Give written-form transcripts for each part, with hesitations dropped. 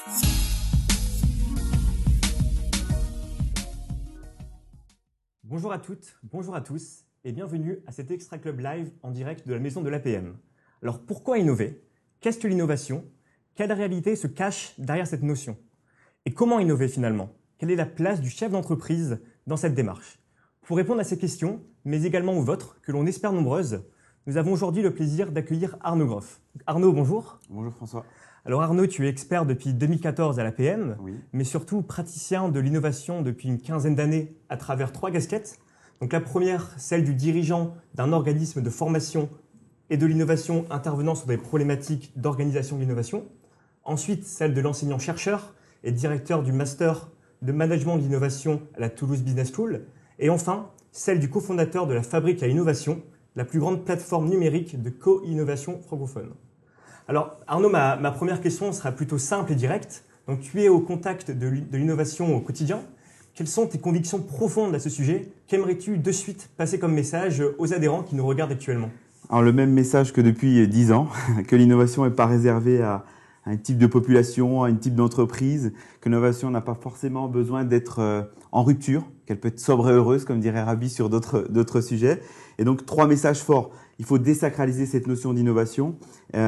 Bonjour à toutes, bonjour à tous et bienvenue à cet Extra Club Live en direct de la maison de l'APM. Alors pourquoi innover? Qu'est-ce que l'innovation? Quelle réalité se cache derrière cette notion? Et comment innover finalement? Quelle est la place du chef d'entreprise dans cette démarche? Pour répondre à ces questions, mais également aux vôtres, que l'on espère nombreuses, nous avons aujourd'hui le plaisir d'accueillir Arnaud Groff. Arnaud, bonjour. Bonjour François. Alors Arnaud, tu es expert depuis 2014 à l'APM, Oui. mais surtout praticien de l'innovation depuis une quinzaine d'années à travers 3 casquettes. Donc la première, celle du dirigeant d'un organisme de formation et de l'innovation intervenant sur des problématiques d'organisation de l'innovation. Ensuite, celle de l'enseignant-chercheur et directeur du master de management de l'innovation à la Toulouse Business School. Et enfin, celle du cofondateur de la Fabrique à Innovation, la plus grande plateforme numérique de co-innovation francophone. Alors Arnaud, ma première question sera plutôt simple et directe. Donc tu es au contact de l'innovation au quotidien. Quelles sont tes convictions profondes à ce sujet? Qu'aimerais-tu de suite passer comme message aux adhérents qui nous regardent actuellement? Alors le même message que depuis 10 ans, que l'innovation n'est pas réservée à un type de population, à un type d'entreprise, que l'innovation n'a pas forcément besoin d'être en rupture, qu'elle peut être sobre et heureuse, comme dirait Rabi sur d'autres sujets. Et donc 3 messages forts. Il faut désacraliser cette notion d'innovation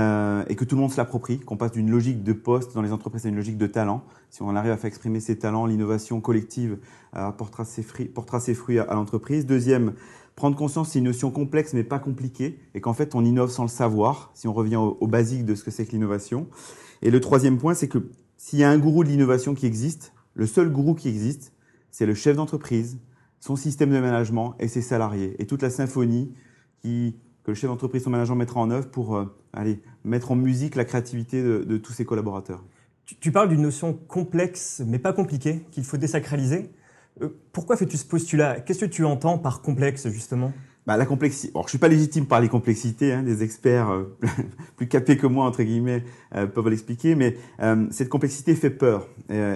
et que tout le monde se l'approprie, qu'on passe d'une logique de poste dans les entreprises à une logique de talent. Si on arrive à faire exprimer ses talents, l'innovation collective portera ses fruits à l'entreprise. Deuxième, prendre conscience que c'est une notion complexe mais pas compliquée et qu'en fait on innove sans le savoir, si on revient au basique de ce que c'est que l'innovation. Et le troisième point, c'est que s'il y a un gourou de l'innovation qui existe, le seul gourou qui existe, c'est le chef d'entreprise, son système de management et ses salariés. Et toute la symphonie que le chef d'entreprise, son manager mettra en œuvre pour mettre en musique la créativité de tous ses collaborateurs. Tu parles d'une notion complexe mais pas compliquée qu'il faut désacraliser. Pourquoi fais-tu ce postulat? Qu'est-ce que tu entends par complexe justement? La complexité. Alors, je suis pas légitime par les complexités, des experts plus capés que moi entre guillemets peuvent l'expliquer, mais cette complexité fait peur.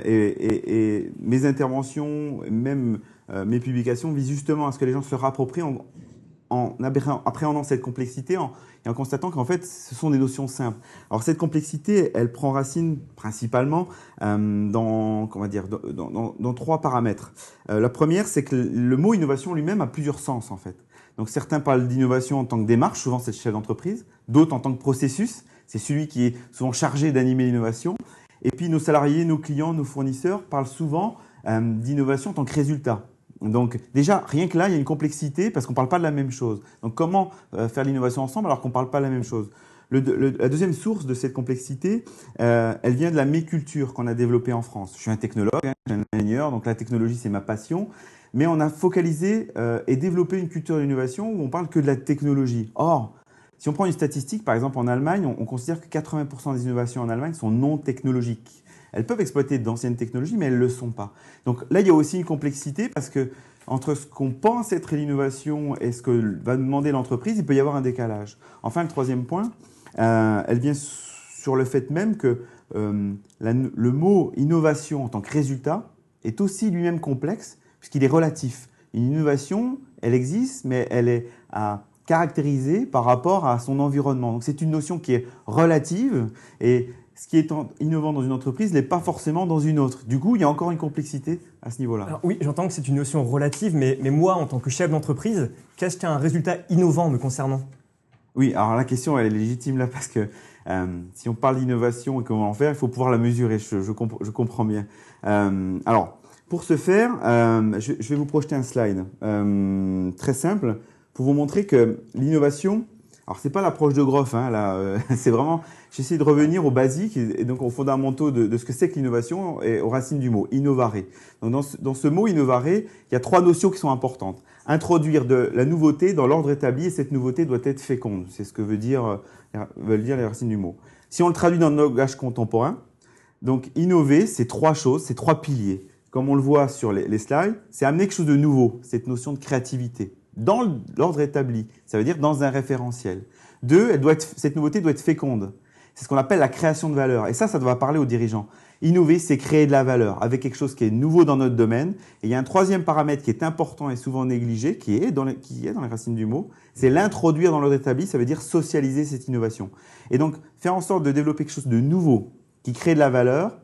Et mes interventions, même mes publications, visent justement à ce que les gens se l'approprient en appréhendant cette complexité et en constatant qu'en fait, ce sont des notions simples. Alors cette complexité, elle prend racine principalement dans 3 paramètres. La première, c'est que le mot innovation lui-même a plusieurs sens en fait. Donc certains parlent d'innovation en tant que démarche, souvent c'est le chef d'entreprise, d'autres en tant que processus, c'est celui qui est souvent chargé d'animer l'innovation. Et puis nos salariés, nos clients, nos fournisseurs parlent souvent d'innovation en tant que résultat. Donc déjà, rien que là, il y a une complexité parce qu'on ne parle pas de la même chose. Donc comment faire l'innovation ensemble alors qu'on ne parle pas de la même chose? La deuxième source de cette complexité, elle vient de la méculture qu'on a développée en France. Je suis un technologue, je suis un ingénieur, donc la technologie c'est ma passion. Mais on a focalisé et développé une culture d'innovation où on parle que de la technologie. Or, si on prend une statistique, par exemple en Allemagne, on considère que 80% des innovations en Allemagne sont non technologiques. Elles peuvent exploiter d'anciennes technologies, mais elles ne le sont pas. Donc là, il y a aussi une complexité parce que entre ce qu'on pense être l'innovation et ce que va demander l'entreprise, il peut y avoir un décalage. Enfin, le troisième point, elle vient sur le fait même que le mot innovation en tant que résultat est aussi lui-même complexe puisqu'il est relatif. Une innovation, elle existe, mais elle est caractérisée par rapport à son environnement. Donc c'est une notion qui est relative et ce qui est innovant dans une entreprise n'est pas forcément dans une autre. Du coup, il y a encore une complexité à ce niveau-là. Alors, oui, j'entends que c'est une notion relative, mais moi, en tant que chef d'entreprise, qu'est-ce qu'un résultat innovant me concernant? Oui, alors la question, elle est légitime là parce que si on parle d'innovation et comment en faire, il faut pouvoir la mesurer, je comprends bien. Alors, pour ce faire, je vais vous projeter un slide très simple pour vous montrer que l'innovation, alors c'est pas l'approche de Groff, c'est vraiment, j'essaie de revenir aux basiques et donc aux fondamentaux de ce que c'est que l'innovation et aux racines du mot, innovare. Donc dans ce mot innovare, il y a 3 notions qui sont importantes. Introduire de la nouveauté dans l'ordre établi et cette nouveauté doit être féconde. C'est ce que veulent dire les racines du mot. Si on le traduit dans le langage contemporain, donc innover, c'est 3 choses, c'est 3 piliers. Comme on le voit sur les slides, c'est amener quelque chose de nouveau, cette notion de créativité, dans l'ordre établi, ça veut dire dans un référentiel. 2, cette nouveauté doit être féconde. C'est ce qu'on appelle la création de valeur. Et ça doit parler aux dirigeants. Innover, c'est créer de la valeur avec quelque chose qui est nouveau dans notre domaine. Et il y a un 3e paramètre qui est important et souvent négligé, qui est dans les racines du mot, c'est l'introduire dans l'ordre établi, ça veut dire socialiser cette innovation. Et donc, faire en sorte de développer quelque chose de nouveau qui crée de la valeur,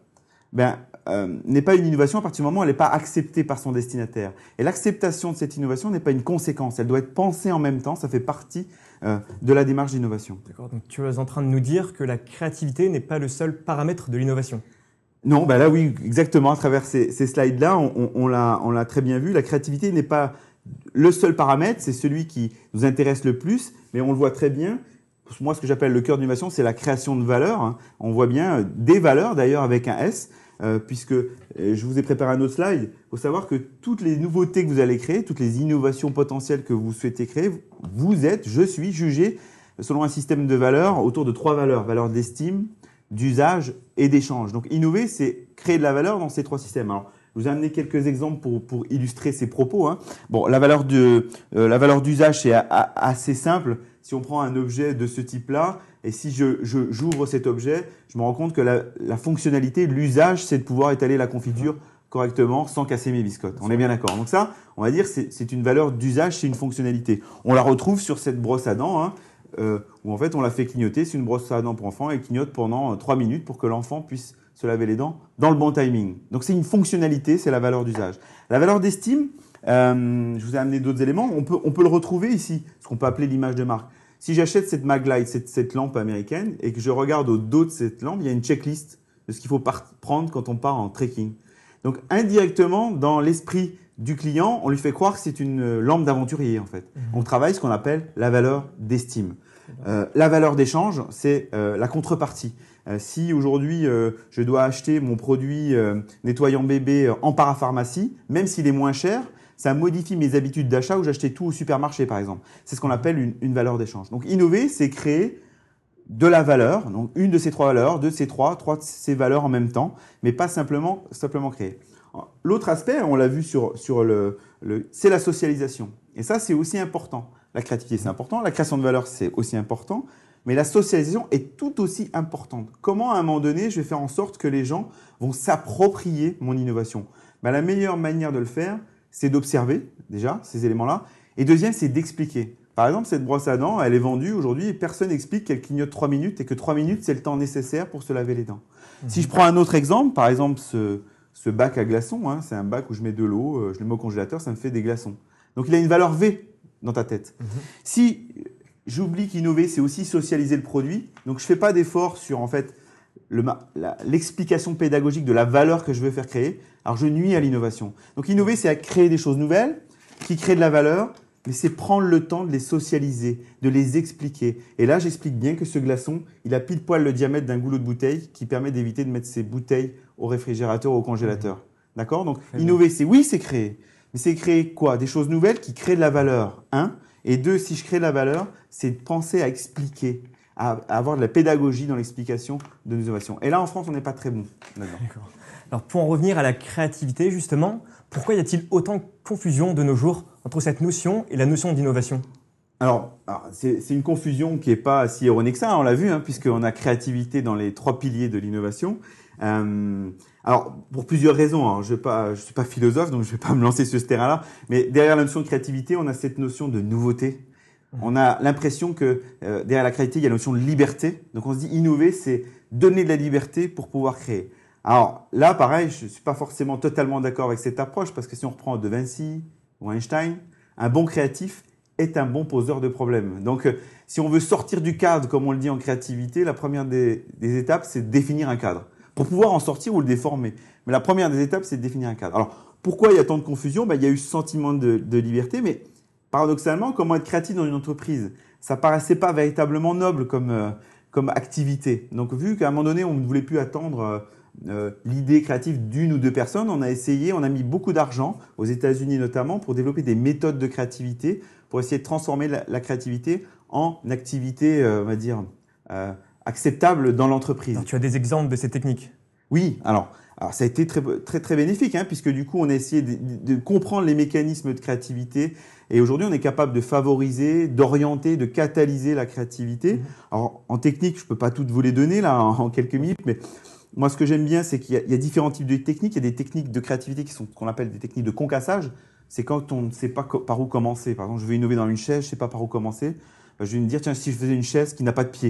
n'est pas une innovation à partir du moment où elle n'est pas acceptée par son destinataire. Et l'acceptation de cette innovation n'est pas une conséquence, elle doit être pensée en même temps, ça fait partie de la démarche d'innovation. D'accord, donc tu es en train de nous dire que la créativité n'est pas le seul paramètre de l'innovation. Non, là oui, exactement, à travers ces slides-là, on l'a très bien vu, la créativité n'est pas le seul paramètre, c'est celui qui nous intéresse le plus, mais on le voit très bien. Moi, ce que j'appelle le cœur de l'innovation, c'est la création de valeur, hein. On voit bien des valeurs, d'ailleurs, avec un S, puisque je vous ai préparé un autre slide. Il faut savoir que toutes les nouveautés que vous allez créer, toutes les innovations potentielles que vous souhaitez créer, je suis jugé selon un système de valeurs autour de 3 valeurs. Valeurs d'estime, d'usage et d'échange. Donc, innover, c'est créer de la valeur dans ces 3 systèmes. Alors, je vous ai amené quelques exemples pour illustrer ces propos, hein. Bon, la valeur d'usage, c'est assez simple. Si on prend un objet de ce type-là, et si j'ouvre cet objet, je me rends compte que la fonctionnalité, l'usage, c'est de pouvoir étaler la confiture correctement sans casser mes biscottes. On est bien d'accord. Donc ça, on va dire, c'est une valeur d'usage, c'est une fonctionnalité. On la retrouve sur cette brosse à dents, hein, où en fait on la fait clignoter. C'est une brosse à dents pour enfants, elle clignote pendant 3 minutes pour que l'enfant puisse se laver les dents dans le bon timing. Donc c'est une fonctionnalité, c'est la valeur d'usage. La valeur d'estime, je vous ai amené d'autres éléments. On peut le retrouver ici, ce qu'on peut appeler l'image de marque. Si j'achète cette Maglite, cette lampe américaine, et que je regarde au dos de cette lampe, il y a une checklist de ce qu'il faut prendre quand on part en trekking. Donc indirectement, dans l'esprit du client, on lui fait croire que c'est une lampe d'aventurier en fait. On travaille ce qu'on appelle la valeur d'estime. La valeur d'échange, c'est la contrepartie. Si aujourd'hui je dois acheter mon produit nettoyant bébé en parapharmacie, même s'il est moins cher, ça modifie mes habitudes d'achat où j'achetais tout au supermarché par exemple. C'est ce qu'on appelle une valeur d'échange. Donc innover, c'est créer de la valeur, donc une de ces 3 valeurs, deux de ces trois de ces valeurs en même temps, mais pas simplement créer. L'autre aspect, on l'a vu c'est la socialisation. Et ça, c'est aussi important. La créativité, c'est important. La création de valeur, c'est aussi important. Mais la socialisation est tout aussi importante. Comment, à un moment donné, je vais faire en sorte que les gens vont s'approprier mon innovation? La meilleure manière de le faire, c'est d'observer, déjà, ces éléments-là. Et deuxième, c'est d'expliquer. Par exemple, cette brosse à dents, elle est vendue aujourd'hui et personne n'explique qu'elle clignote 3 minutes et que 3 minutes, c'est le temps nécessaire pour se laver les dents. Si je prends un autre exemple, par exemple, ce bac à glaçons, hein, c'est un bac où je mets de l'eau, je le mets au congélateur, ça me fait des glaçons. Donc, il a une valeur V dans ta tête. Si j'oublie qu'innover, c'est aussi socialiser le produit, donc je ne fais pas d'effort sur en fait l'explication pédagogique de la valeur que je veux faire créer, alors je nuis à l'innovation. Donc innover, c'est à créer des choses nouvelles qui créent de la valeur, mais c'est prendre le temps de les socialiser, de les expliquer. Et là, j'explique bien que ce glaçon, il a pile poil le diamètre d'un goulot de bouteille qui permet d'éviter de mettre ses bouteilles au réfrigérateur ou au congélateur. D'accord? Donc innover, c'est créer. Mais c'est créer quoi? Des choses nouvelles qui créent de la valeur, 1. Et 2, si je crée de la valeur, c'est de penser à expliquer, à avoir de la pédagogie dans l'explication de l'innovation. Et là, en France, on n'est pas très bon là-dedans. D'accord. Alors, pour en revenir à la créativité, justement, pourquoi y a-t-il autant de confusion de nos jours entre cette notion et la notion d'innovation? Alors c'est une confusion qui n'est pas si erronée que ça, hein, on l'a vu, hein, puisqu'on a créativité dans les 3 piliers de l'innovation. Alors, pour plusieurs raisons, hein, je suis pas philosophe, donc je vais pas me lancer sur ce terrain-là, mais derrière la notion de créativité, on a cette notion de nouveauté. On a l'impression que derrière la créativité, il y a la notion de liberté. Donc, on se dit innover, c'est donner de la liberté pour pouvoir créer. Alors là, pareil, je suis pas forcément totalement d'accord avec cette approche, parce que si on reprend De Vinci ou Einstein, un bon créatif est un bon poseur de problèmes. Donc, si on veut sortir du cadre, comme on le dit en créativité, la première des étapes, c'est de définir un cadre. Pour pouvoir en sortir ou le déformer. Mais la première des étapes, c'est de définir un cadre. Alors, pourquoi il y a tant de confusion? Il y a eu ce sentiment de liberté, mais paradoxalement, comment être créatif dans une entreprise? Ça paraissait pas véritablement noble comme activité. Donc, vu qu'à un moment donné, on ne voulait plus attendre l'idée créative d'une ou deux personnes, on a essayé, on a mis beaucoup d'argent, aux États-Unis notamment, pour développer des méthodes de créativité, pour essayer de transformer la créativité en activité, on va dire, acceptable dans l'entreprise. Alors, tu as des exemples de ces techniques? Oui, alors ça a été très, très, très bénéfique, hein, puisque du coup, on a essayé de comprendre les mécanismes de créativité. Et aujourd'hui, on est capable de favoriser, d'orienter, de catalyser la créativité. Alors, en technique, je ne peux pas toutes vous les donner là en quelques minutes, mais moi, ce que j'aime bien, c'est qu'il y a différents types de techniques. Il y a des techniques de créativité qui sont ce qu'on appelle des techniques de concassage. C'est quand on ne sait pas par où commencer. Par exemple, je veux innover dans une chaise, je ne sais pas par où commencer. Je vais me dire, tiens, si je faisais une chaise qui n'a pas de pied.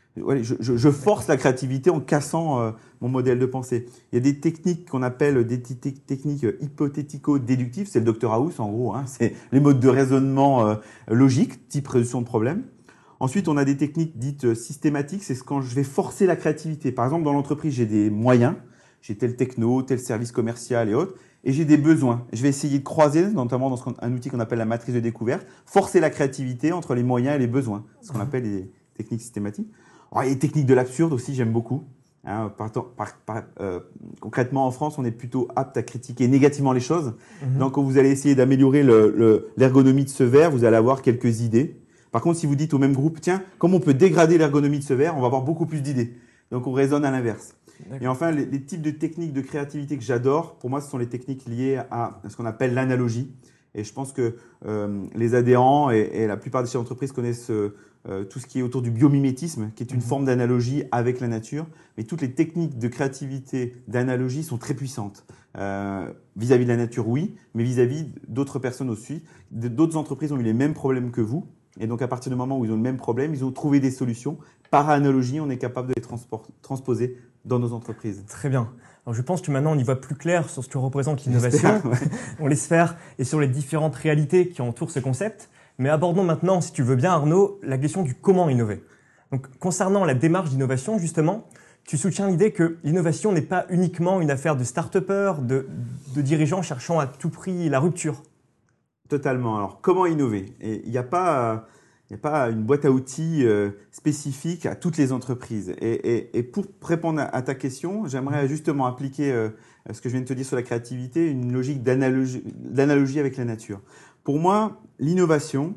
Ouais, je force la créativité en cassant mon modèle de pensée. Il y a des techniques qu'on appelle des techniques hypothético-déductives. C'est le Dr House, en gros. Hein. C'est les modes de raisonnement logiques, type résolution de problème. Ensuite, on a des techniques dites systématiques. C'est quand je vais forcer la créativité. Par exemple, dans l'entreprise, j'ai des moyens. J'ai tel techno, tel service commercial et autres. Et j'ai des besoins. Je vais essayer de croiser, notamment dans un outil qu'on appelle la matrice de découverte, forcer la créativité entre les moyens et les besoins. Ce qu'on appelle les techniques systématiques. Alors, il y a les techniques de l'absurde aussi, j'aime beaucoup. Hein, concrètement, en France, on est plutôt apte à critiquer négativement les choses. Donc, quand vous allez essayer d'améliorer l'ergonomie de ce verre, vous allez avoir quelques idées. Par contre, si vous dites au même groupe, tiens, comment on peut dégrader l'ergonomie de ce verre, on va avoir beaucoup plus d'idées. Donc, on raisonne à l'inverse. Et enfin, les types de techniques de créativité que j'adore, pour moi, ce sont les techniques liées à ce qu'on appelle l'analogie. Et je pense que les adhérents et la plupart des chefs d'entreprise connaissent tout ce qui est autour du biomimétisme, qui est une forme d'analogie avec la nature. Mais toutes les techniques de créativité, d'analogie sont très puissantes. Vis-à-vis de la nature, oui, mais vis-à-vis d'autres personnes aussi. D'autres entreprises ont eu les mêmes problèmes que vous. Et donc, à partir du moment où ils ont le même problème, ils ont trouvé des solutions. Par analogie, on est capable de les transposer dans nos entreprises. Très bien. Alors, je pense que maintenant, on y voit plus clair sur ce que représente l'innovation. Ouais. On l'espère, et sur les différentes réalités qui entourent ce concept. Mais abordons maintenant, si tu veux bien, Arnaud, la question du comment innover. Donc, concernant la démarche d'innovation, justement, tu soutiens l'idée que l'innovation n'est pas uniquement une affaire de start-upers, de dirigeants cherchant à tout prix la rupture. Totalement. Alors, comment innover? Et il n'y a pas une boîte à outils spécifique à toutes les entreprises. Et pour répondre à ta question, j'aimerais justement appliquer ce que je viens de te dire sur la créativité, une logique d'analogie avec la nature. Pour moi, l'innovation,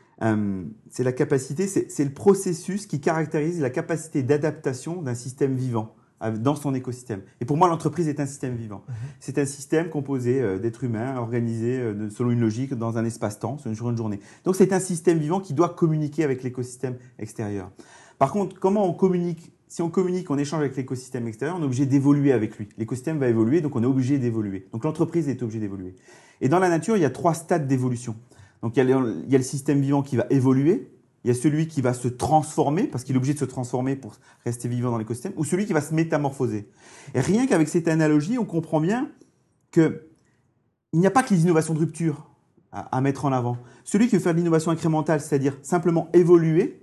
c'est la capacité, c'est le processus qui caractérise la capacité d'adaptation d'un système vivant dans son écosystème. Et pour moi, l'entreprise est un système vivant. C'est un système composé d'êtres humains, organisé selon une logique dans un espace-temps, sur une journée. Donc, c'est un système vivant qui doit communiquer avec l'écosystème extérieur. Par contre, comment on communique? Si on communique, on échange avec l'écosystème extérieur, on est obligé d'évoluer avec lui. L'écosystème va évoluer, donc on est obligé d'évoluer. Donc, l'entreprise est obligée d'évoluer. Et dans la nature, il y a 3 stades d'évolution. Donc, il y a le système vivant qui va évoluer. Il y a celui qui va se transformer, parce qu'il est obligé de se transformer pour rester vivant dans l'écosystème, ou celui qui va se métamorphoser. Et rien qu'avec cette analogie, on comprend bien qu'il n'y a pas que les innovations de rupture à mettre en avant. Celui qui veut faire de l'innovation incrémentale, c'est-à-dire simplement évoluer,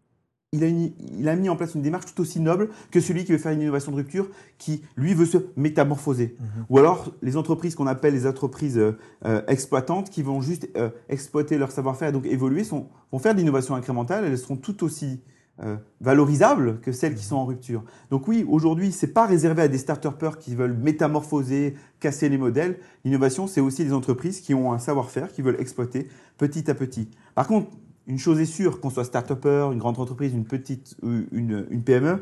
il a mis en place une démarche tout aussi noble que celui qui veut faire une innovation de rupture qui, lui, veut se métamorphoser. Ou alors, les entreprises qu'on appelle les entreprises exploitantes qui vont juste exploiter leur savoir-faire et donc évoluer, vont faire de l'innovation incrémentale, elles seront tout aussi valorisables que celles qui sont en rupture. Donc oui, aujourd'hui, ce n'est pas réservé à des start-upers qui veulent métamorphoser, casser les modèles. L'innovation, c'est aussi des entreprises qui ont un savoir-faire, qui veulent exploiter petit à petit. Par contre, une chose est sûre, qu'on soit start-upper, une grande entreprise, une petite, une PME,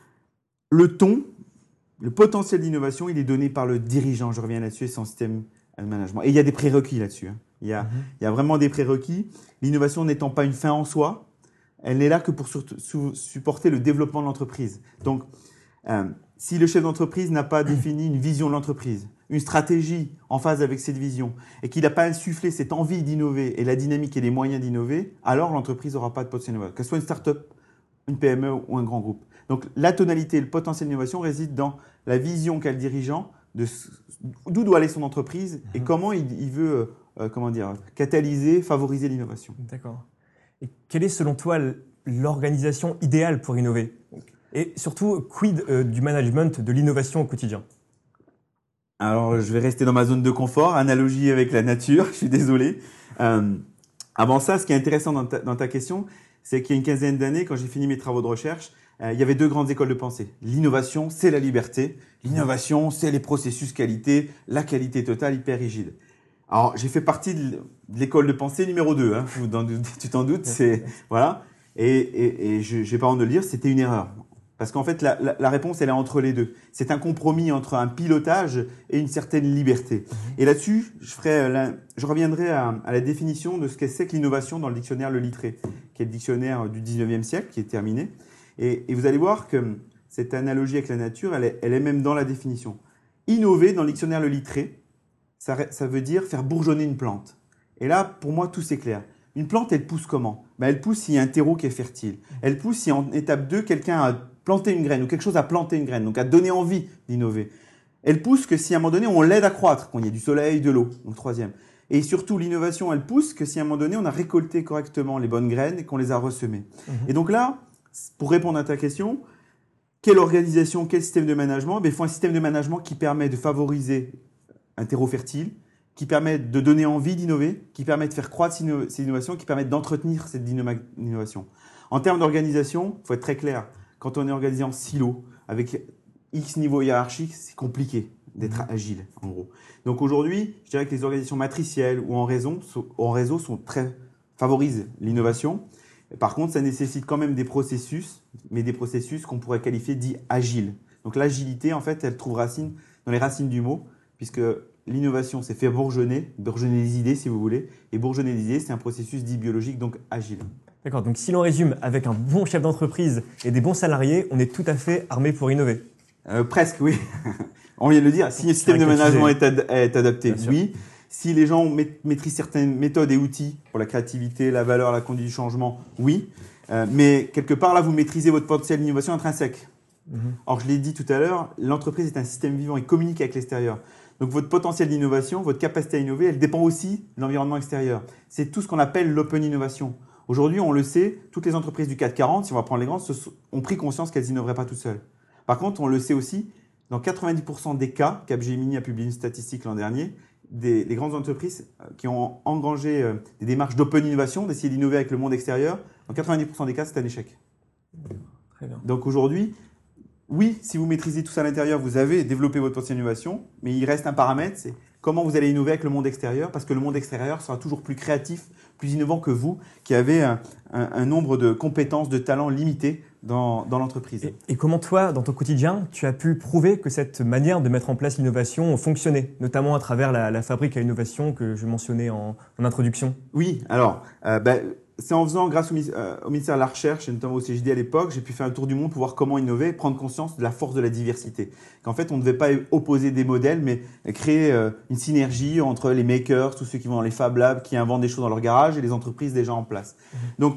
le ton, le potentiel d'innovation, il est donné par le dirigeant. Je reviens là-dessus, c'est son système de management. Et il y a des prérequis là-dessus. Hein. Il y a vraiment des prérequis. L'innovation n'étant pas une fin en soi, elle n'est là que pour supporter le développement de l'entreprise. Donc, si le chef d'entreprise n'a pas défini une vision de l'entreprise, une stratégie en phase avec cette vision et qu'il n'a pas insufflé cette envie d'innover et la dynamique et les moyens d'innover, alors l'entreprise n'aura pas de potentiel d'innovation, que ce soit une start-up, une PME ou un grand groupe. Donc la tonalité, le potentiel d'innovation réside dans la vision qu'a le dirigeant d'où doit aller son entreprise et comment il veut catalyser, favoriser l'innovation. D'accord. Et quelle est selon toi l'organisation idéale pour innover? Et surtout, quid du management de l'innovation au quotidien? Alors, je vais rester dans ma zone de confort, analogie avec la nature, je suis désolé. Avant ça, ce qui est intéressant dans ta question, c'est qu'il y a une quinzaine d'années, quand j'ai fini mes travaux de recherche, il y avait 2 grandes écoles de pensée. L'innovation, c'est la liberté. L'innovation, c'est les processus qualité, la qualité totale, hyper rigide. Alors, j'ai fait partie de l'école de pensée numéro 2, hein, tu t'en doutes, voilà. Et je n'ai pas honte de le dire, c'était une erreur. Parce qu'en fait, la réponse, elle est entre les deux. C'est un compromis entre un pilotage et une certaine liberté. Et là-dessus, je reviendrai à la définition de ce que c'est que l'innovation dans le dictionnaire Le Littré, qui est le dictionnaire du 19e siècle, qui est terminé. Et vous allez voir que cette analogie avec la nature, elle est même dans la définition. Innover, dans le dictionnaire Le Littré, ça veut dire faire bourgeonner une plante. Et là, pour moi, tout c'est clair. Une plante, elle pousse comment? Elle pousse s'il y a un terreau qui est fertile. Elle pousse si en étape 2, quelqu'un a planté une graine ou quelque chose a planté une graine, donc a donné envie d'innover. Elle pousse que si à un moment donné, on l'aide à croître, quand il y a du soleil, de l'eau, donc troisième. Et surtout, l'innovation, elle pousse que si à un moment donné, on a récolté correctement les bonnes graines et qu'on les a ressemées. Et donc là, pour répondre à ta question, quelle organisation, quel système de management? Il faut un système de management qui permet de favoriser un terreau fertile, qui permet de donner envie d'innover, qui permet de faire croître ces innovations, qui permet d'entretenir cette innovation. En termes d'organisation, il faut être très clair. Quand on est organisé en silo, avec X niveaux hiérarchiques, c'est compliqué d'être agile, en gros. Donc aujourd'hui, je dirais que les organisations matricielles ou en réseau favorisent l'innovation. Par contre, ça nécessite quand même des processus, mais des processus qu'on pourrait qualifier dits agiles. Donc l'agilité, en fait, elle trouve racine dans les racines du mot, puisque l'innovation, c'est faire bourgeonner les idées, si vous voulez. Et bourgeonner les idées, c'est un processus dit biologique, donc agile. D'accord, donc si l'on résume, avec un bon chef d'entreprise et des bons salariés, on est tout à fait armé pour innover. Presque, oui. On vient de le dire. Si le système de management est adapté, oui. Si les gens maîtrisent certaines méthodes et outils pour la créativité, la valeur, la conduite du changement, oui. Mais quelque part, là, vous maîtrisez votre potentiel d'innovation intrinsèque. Or, je l'ai dit tout à l'heure, l'entreprise est un système vivant et communique avec l'extérieur. Donc, votre potentiel d'innovation, votre capacité à innover, elle dépend aussi de l'environnement extérieur. C'est tout ce qu'on appelle l'open innovation. Aujourd'hui, on le sait, toutes les entreprises du CAC 40, si on va prendre les grandes, ont pris conscience qu'elles n'innoveraient pas toutes seules. Par contre, on le sait aussi, dans 90% des cas, Capgemini a publié une statistique l'an dernier, les grandes entreprises qui ont engrangé des démarches d'open innovation, d'essayer d'innover avec le monde extérieur, dans 90% des cas, c'est un échec. Très bien. Donc aujourd'hui, oui, si vous maîtrisez tout ça à l'intérieur, vous avez développé votre potentiel d'innovation, mais il reste un paramètre, c'est comment vous allez innover avec le monde extérieur, parce que le monde extérieur sera toujours plus créatif, plus innovant que vous, qui avez un nombre de compétences, de talents limités dans l'entreprise. Et comment toi, dans ton quotidien, tu as pu prouver que cette manière de mettre en place l'innovation fonctionnait, notamment à travers la fabrique à innovation que je mentionnais en introduction? Oui, alors, c'est en faisant, grâce au ministère de la Recherche et notamment au CJD à l'époque, j'ai pu faire un tour du monde pour voir comment innover et prendre conscience de la force de la diversité. Qu'en fait, on ne devait pas opposer des modèles, mais créer une synergie entre les makers, tous ceux qui vont dans les Fab Labs, qui inventent des choses dans leur garage et les entreprises déjà en place. Donc,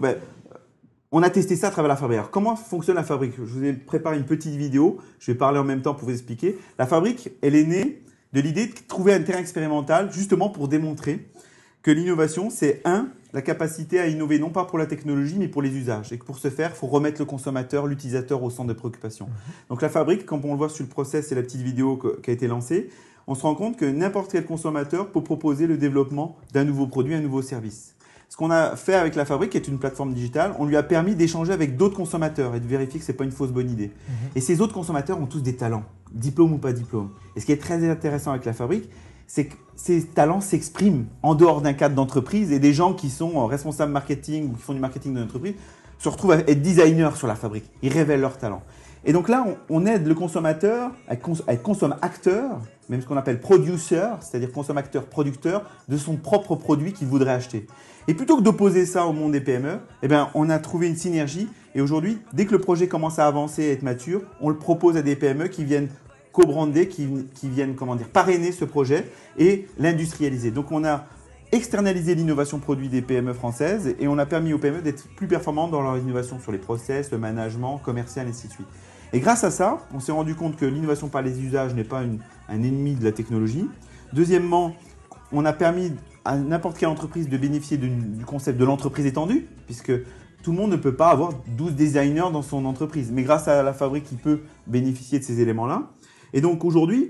on a testé ça à travers la fabrique. Alors, comment fonctionne la fabrique? Je vous ai préparé une petite vidéo. Je vais parler en même temps pour vous expliquer. La fabrique, elle est née de l'idée de trouver un terrain expérimental justement pour démontrer que l'innovation, c'est la capacité à innover non pas pour la technologie, mais pour les usages. Et que pour ce faire, il faut remettre le consommateur, l'utilisateur au centre de préoccupation. Donc la fabrique, comme on le voit sur le process, c'est la petite vidéo qui a été lancée, on se rend compte que n'importe quel consommateur peut proposer le développement d'un nouveau produit, un nouveau service. Ce qu'on a fait avec la fabrique, qui est une plateforme digitale, on lui a permis d'échanger avec d'autres consommateurs et de vérifier que ce n'est pas une fausse bonne idée. Et ces autres consommateurs ont tous des talents, diplôme ou pas diplôme. Et ce qui est très intéressant avec la fabrique, c'est que ces talents s'expriment en dehors d'un cadre d'entreprise et des gens qui sont responsables marketing ou qui font du marketing de l'entreprise se retrouvent à être designers sur la fabrique. Ils révèlent leurs talents. Et donc là, on aide le consommateur à être consomme-acteur, même ce qu'on appelle producer, c'est-à-dire consomme-acteur-producteur de son propre produit qu'il voudrait acheter. Et plutôt que d'opposer ça au monde des PME, on a trouvé une synergie. Et aujourd'hui, dès que le projet commence à avancer et être mature, on le propose à des PME qui viennent co-brander, qui viennent parrainer ce projet et l'industrialiser. Donc on a externalisé l'innovation produit des PME françaises et on a permis aux PME d'être plus performantes dans leur innovation sur les process, le management, commercial, et ainsi de suite. Et grâce à ça, on s'est rendu compte que l'innovation par les usages n'est pas un ennemi de la technologie. Deuxièmement, on a permis à n'importe quelle entreprise de bénéficier du concept de l'entreprise étendue, puisque tout le monde ne peut pas avoir 12 designers dans son entreprise. Mais grâce à la fabrique, il peut bénéficier de ces éléments-là. Et donc aujourd'hui,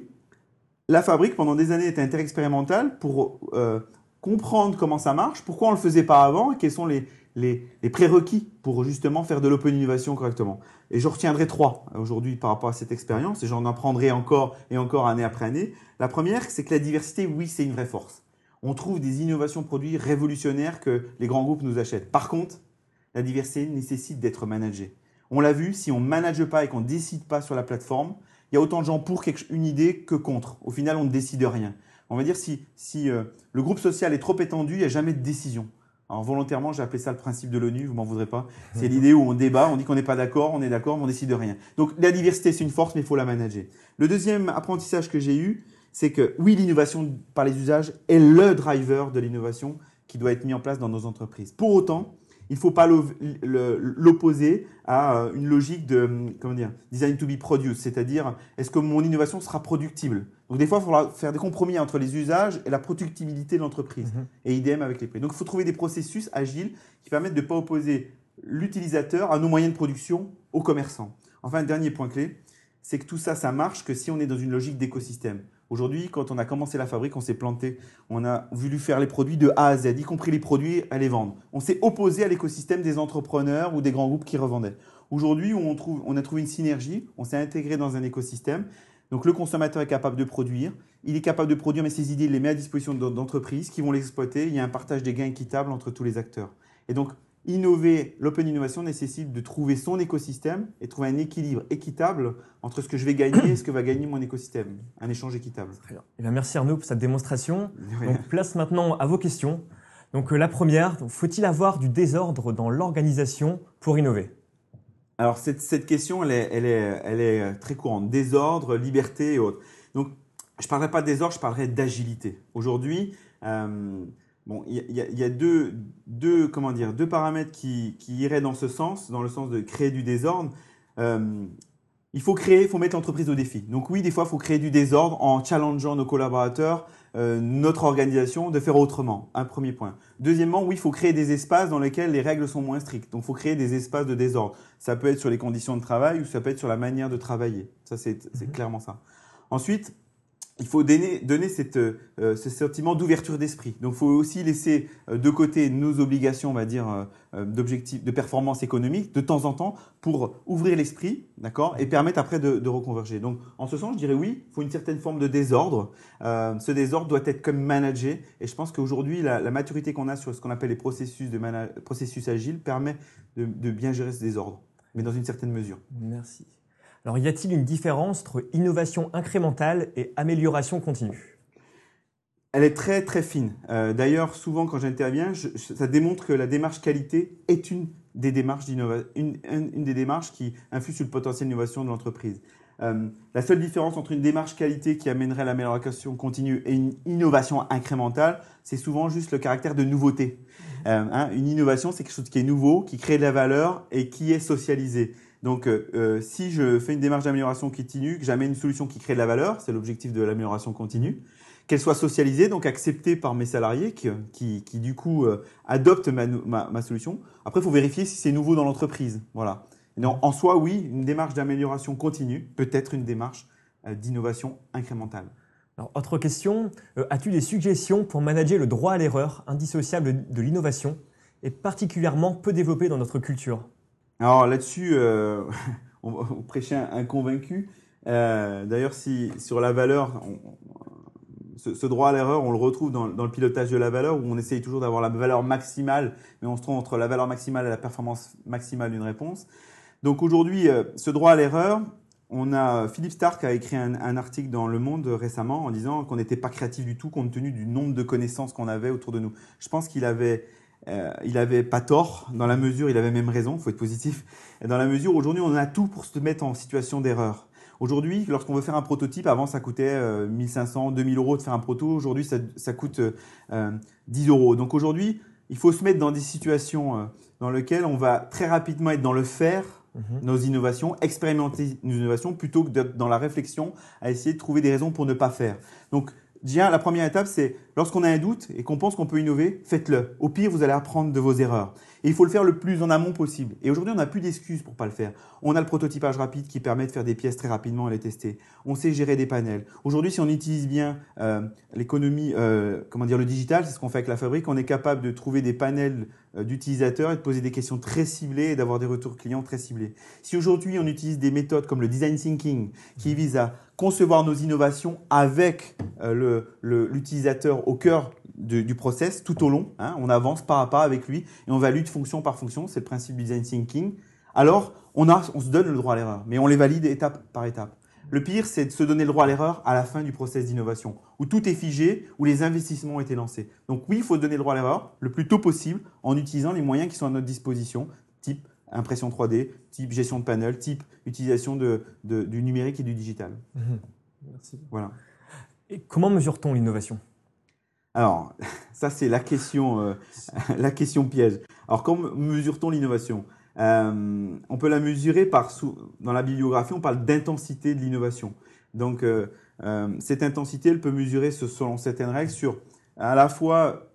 la fabrique, pendant des années, était un terrain expérimental pour comprendre comment ça marche, pourquoi on ne le faisait pas avant et quels sont les prérequis pour justement faire de l'open innovation correctement. Et je retiendrai 3 aujourd'hui par rapport à cette expérience et j'en apprendrai encore et encore année après année. La première, c'est que la diversité, oui, c'est une vraie force. On trouve des innovations produits révolutionnaires que les grands groupes nous achètent. Par contre, la diversité nécessite d'être managée. On l'a vu, si on ne manage pas et qu'on ne décide pas sur la plateforme, il y a autant de gens pour une idée que contre. Au final, on ne décide rien. On va dire si le groupe social est trop étendu, il n'y a jamais de décision. Alors volontairement, j'ai appelé ça le principe de l'ONU, vous m'en voudrez pas. C'est l'idée où on débat, on dit qu'on n'est pas d'accord, on est d'accord, mais on décide de rien. Donc la diversité, c'est une force, mais il faut la manager. Le deuxième apprentissage que j'ai eu, c'est que oui, l'innovation par les usages est le driver de l'innovation, qui doit être mis en place dans nos entreprises. Pour autant, il ne faut pas l'opposer à une logique de design to be produced, c'est-à-dire est-ce que mon innovation sera productible. Donc des fois, il faudra faire des compromis entre les usages et la productibilité de l'entreprise, et idem avec les prix. Donc il faut trouver des processus agiles qui permettent de ne pas opposer l'utilisateur à nos moyens de production aux commerçants. Enfin, un dernier point clé, c'est que tout ça, ça marche que si on est dans une logique d'écosystème. Aujourd'hui, quand on a commencé la fabrique, on s'est planté. On a voulu faire les produits de A à Z, y compris les produits à les vendre. On s'est opposé à l'écosystème des entrepreneurs ou des grands groupes qui revendaient. Aujourd'hui, on a trouvé une synergie, on s'est intégré dans un écosystème. Donc, le consommateur est capable de produire. Il est capable de produire, mais ses idées, il les met à disposition d'entreprises qui vont l'exploiter. Il y a un partage des gains équitable entre tous les acteurs. Et donc, innover, l'open innovation nécessite de trouver son écosystème et trouver un équilibre équitable entre ce que je vais gagner et ce que va gagner mon écosystème. Un échange équitable. Très bien. Eh bien, merci Arnaud pour cette démonstration. Donc, place maintenant à vos questions. Donc, la première, faut-il avoir du désordre dans l'organisation pour innover? Alors, cette question, elle est très courante. Désordre, liberté et autres. Donc, je ne parlerai pas de désordre, je parlerai d'agilité. Aujourd'hui, il y a deux paramètres qui iraient dans ce sens, dans le sens de créer du désordre. Il faut mettre l'entreprise au défi. Donc oui, des fois, il faut créer du désordre en challengeant nos collaborateurs, notre organisation, de faire autrement. Un premier point. Deuxièmement, oui, il faut créer des espaces dans lesquels les règles sont moins strictes. Donc, il faut créer des espaces de désordre. Ça peut être sur les conditions de travail ou ça peut être sur la manière de travailler. Ça, c'est clairement ça. Ensuite, il faut donner ce sentiment d'ouverture d'esprit. Donc, il faut aussi laisser de côté nos obligations, on va dire, d'objectifs, de performance économique de temps en temps pour ouvrir l'esprit, d'accord, et permettre après de reconverger. Donc, en ce sens, je dirais oui, il faut une certaine forme de désordre. Ce désordre doit être comme managé. Et je pense qu'aujourd'hui, la maturité qu'on a sur ce qu'on appelle les processus agiles permet de bien gérer ce désordre, mais dans une certaine mesure. Merci. Alors, y a-t-il une différence entre innovation incrémentale et amélioration continue? Elle est très très fine. D'ailleurs, souvent quand j'interviens, ça démontre que la démarche qualité est une des démarches une des démarches qui influe sur le potentiel d'innovation de l'entreprise. La seule différence entre une démarche qualité qui amènerait à l'amélioration continue et une innovation incrémentale, c'est souvent juste le caractère de nouveauté. Une innovation, c'est quelque chose qui est nouveau, qui crée de la valeur et qui est socialisé. Donc, si je fais une démarche d'amélioration continue, que j'amène une solution qui crée de la valeur, c'est l'objectif de l'amélioration continue, qu'elle soit socialisée, donc acceptée par mes salariés qui du coup, adoptent ma solution. Après, il faut vérifier si c'est nouveau dans l'entreprise. Voilà. Donc, en soi, oui, une démarche d'amélioration continue peut être une démarche d'innovation incrémentale. Alors, autre question, as-tu des suggestions pour manager le droit à l'erreur, indissociable de l'innovation, et particulièrement peu développé dans notre culture? Alors là-dessus, on prêchait un convaincu. D'ailleurs, si sur la valeur, ce droit à l'erreur, on le retrouve dans le pilotage de la valeur, où on essaye toujours d'avoir la valeur maximale, mais on se trouve entre la valeur maximale et la performance maximale d'une réponse. Donc aujourd'hui, ce droit à l'erreur, on a Philippe Stark a écrit un article dans Le Monde récemment en disant qu'on n'était pas créatif du tout compte tenu du nombre de connaissances qu'on avait autour de nous. Je pense qu'il avait pas tort, dans la mesure, il avait même raison, il faut être positif, dans la mesure où aujourd'hui on a tout pour se mettre en situation d'erreur. Aujourd'hui, lorsqu'on veut faire un prototype, avant ça coûtait 1500, 2000 euros de faire un proto, aujourd'hui ça coûte 10 euros. Donc aujourd'hui, il faut se mettre dans des situations dans lesquelles on va très rapidement être dans le faire, nos innovations, expérimenter nos innovations, plutôt que d'être dans la réflexion à essayer de trouver des raisons pour ne pas faire. Donc, déjà, la première étape, c'est lorsqu'on a un doute et qu'on pense qu'on peut innover, faites-le. Au pire, vous allez apprendre de vos erreurs. Et il faut le faire le plus en amont possible. Et aujourd'hui, on n'a plus d'excuses pour pas le faire. On a le prototypage rapide qui permet de faire des pièces très rapidement et les tester. On sait gérer des panels. Aujourd'hui, si on utilise bien l'économie, le digital, c'est ce qu'on fait avec la fabrique, on est capable de trouver des panels d'utilisateurs et de poser des questions très ciblées et d'avoir des retours clients très ciblés. Si aujourd'hui, on utilise des méthodes comme le design thinking qui vise à concevoir nos innovations avec l'utilisateur au cœur du process tout au long, on avance pas à pas avec lui et on valide fonction par fonction, c'est le principe du design thinking. Alors, on se donne le droit à l'erreur, mais on les valide étape par étape. Le pire, c'est de se donner le droit à l'erreur à la fin du process d'innovation, où tout est figé, où les investissements ont été lancés. Donc oui, il faut se donner le droit à l'erreur le plus tôt possible en utilisant les moyens qui sont à notre disposition, type impression 3D, type gestion de panel, type utilisation du numérique et du digital. Merci. Voilà. Et comment mesure-t-on l'innovation ? Alors, ça c'est la question piège. Alors, comment mesure-t-on l'innovation? On peut la mesurer dans la bibliographie, on parle d'intensité de l'innovation. Donc, cette intensité, elle peut mesurer selon certaines règles sur à la fois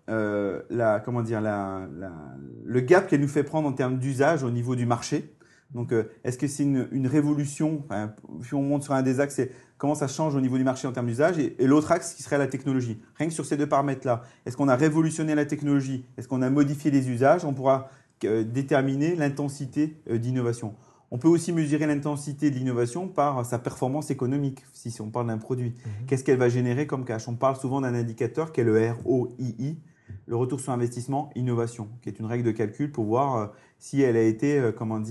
le gap qu'elle nous fait prendre en termes d'usage au niveau du marché. Donc, est-ce que c'est une révolution? Enfin, si on monte sur un des axes, c'est comment ça change au niveau du marché en termes d'usage, et l'autre axe qui serait la technologie. Rien que sur ces deux paramètres-là, est-ce qu'on a révolutionné la technologie? Est-ce qu'on a modifié les usages? On pourra déterminer l'intensité d'innovation. On peut aussi mesurer l'intensité de l'innovation par sa performance économique, si on parle d'un produit. Qu'est-ce qu'elle va générer comme cash? On parle souvent d'un indicateur qui est le ROII, le retour sur investissement innovation, qui est une règle de calcul pour voir si elle a été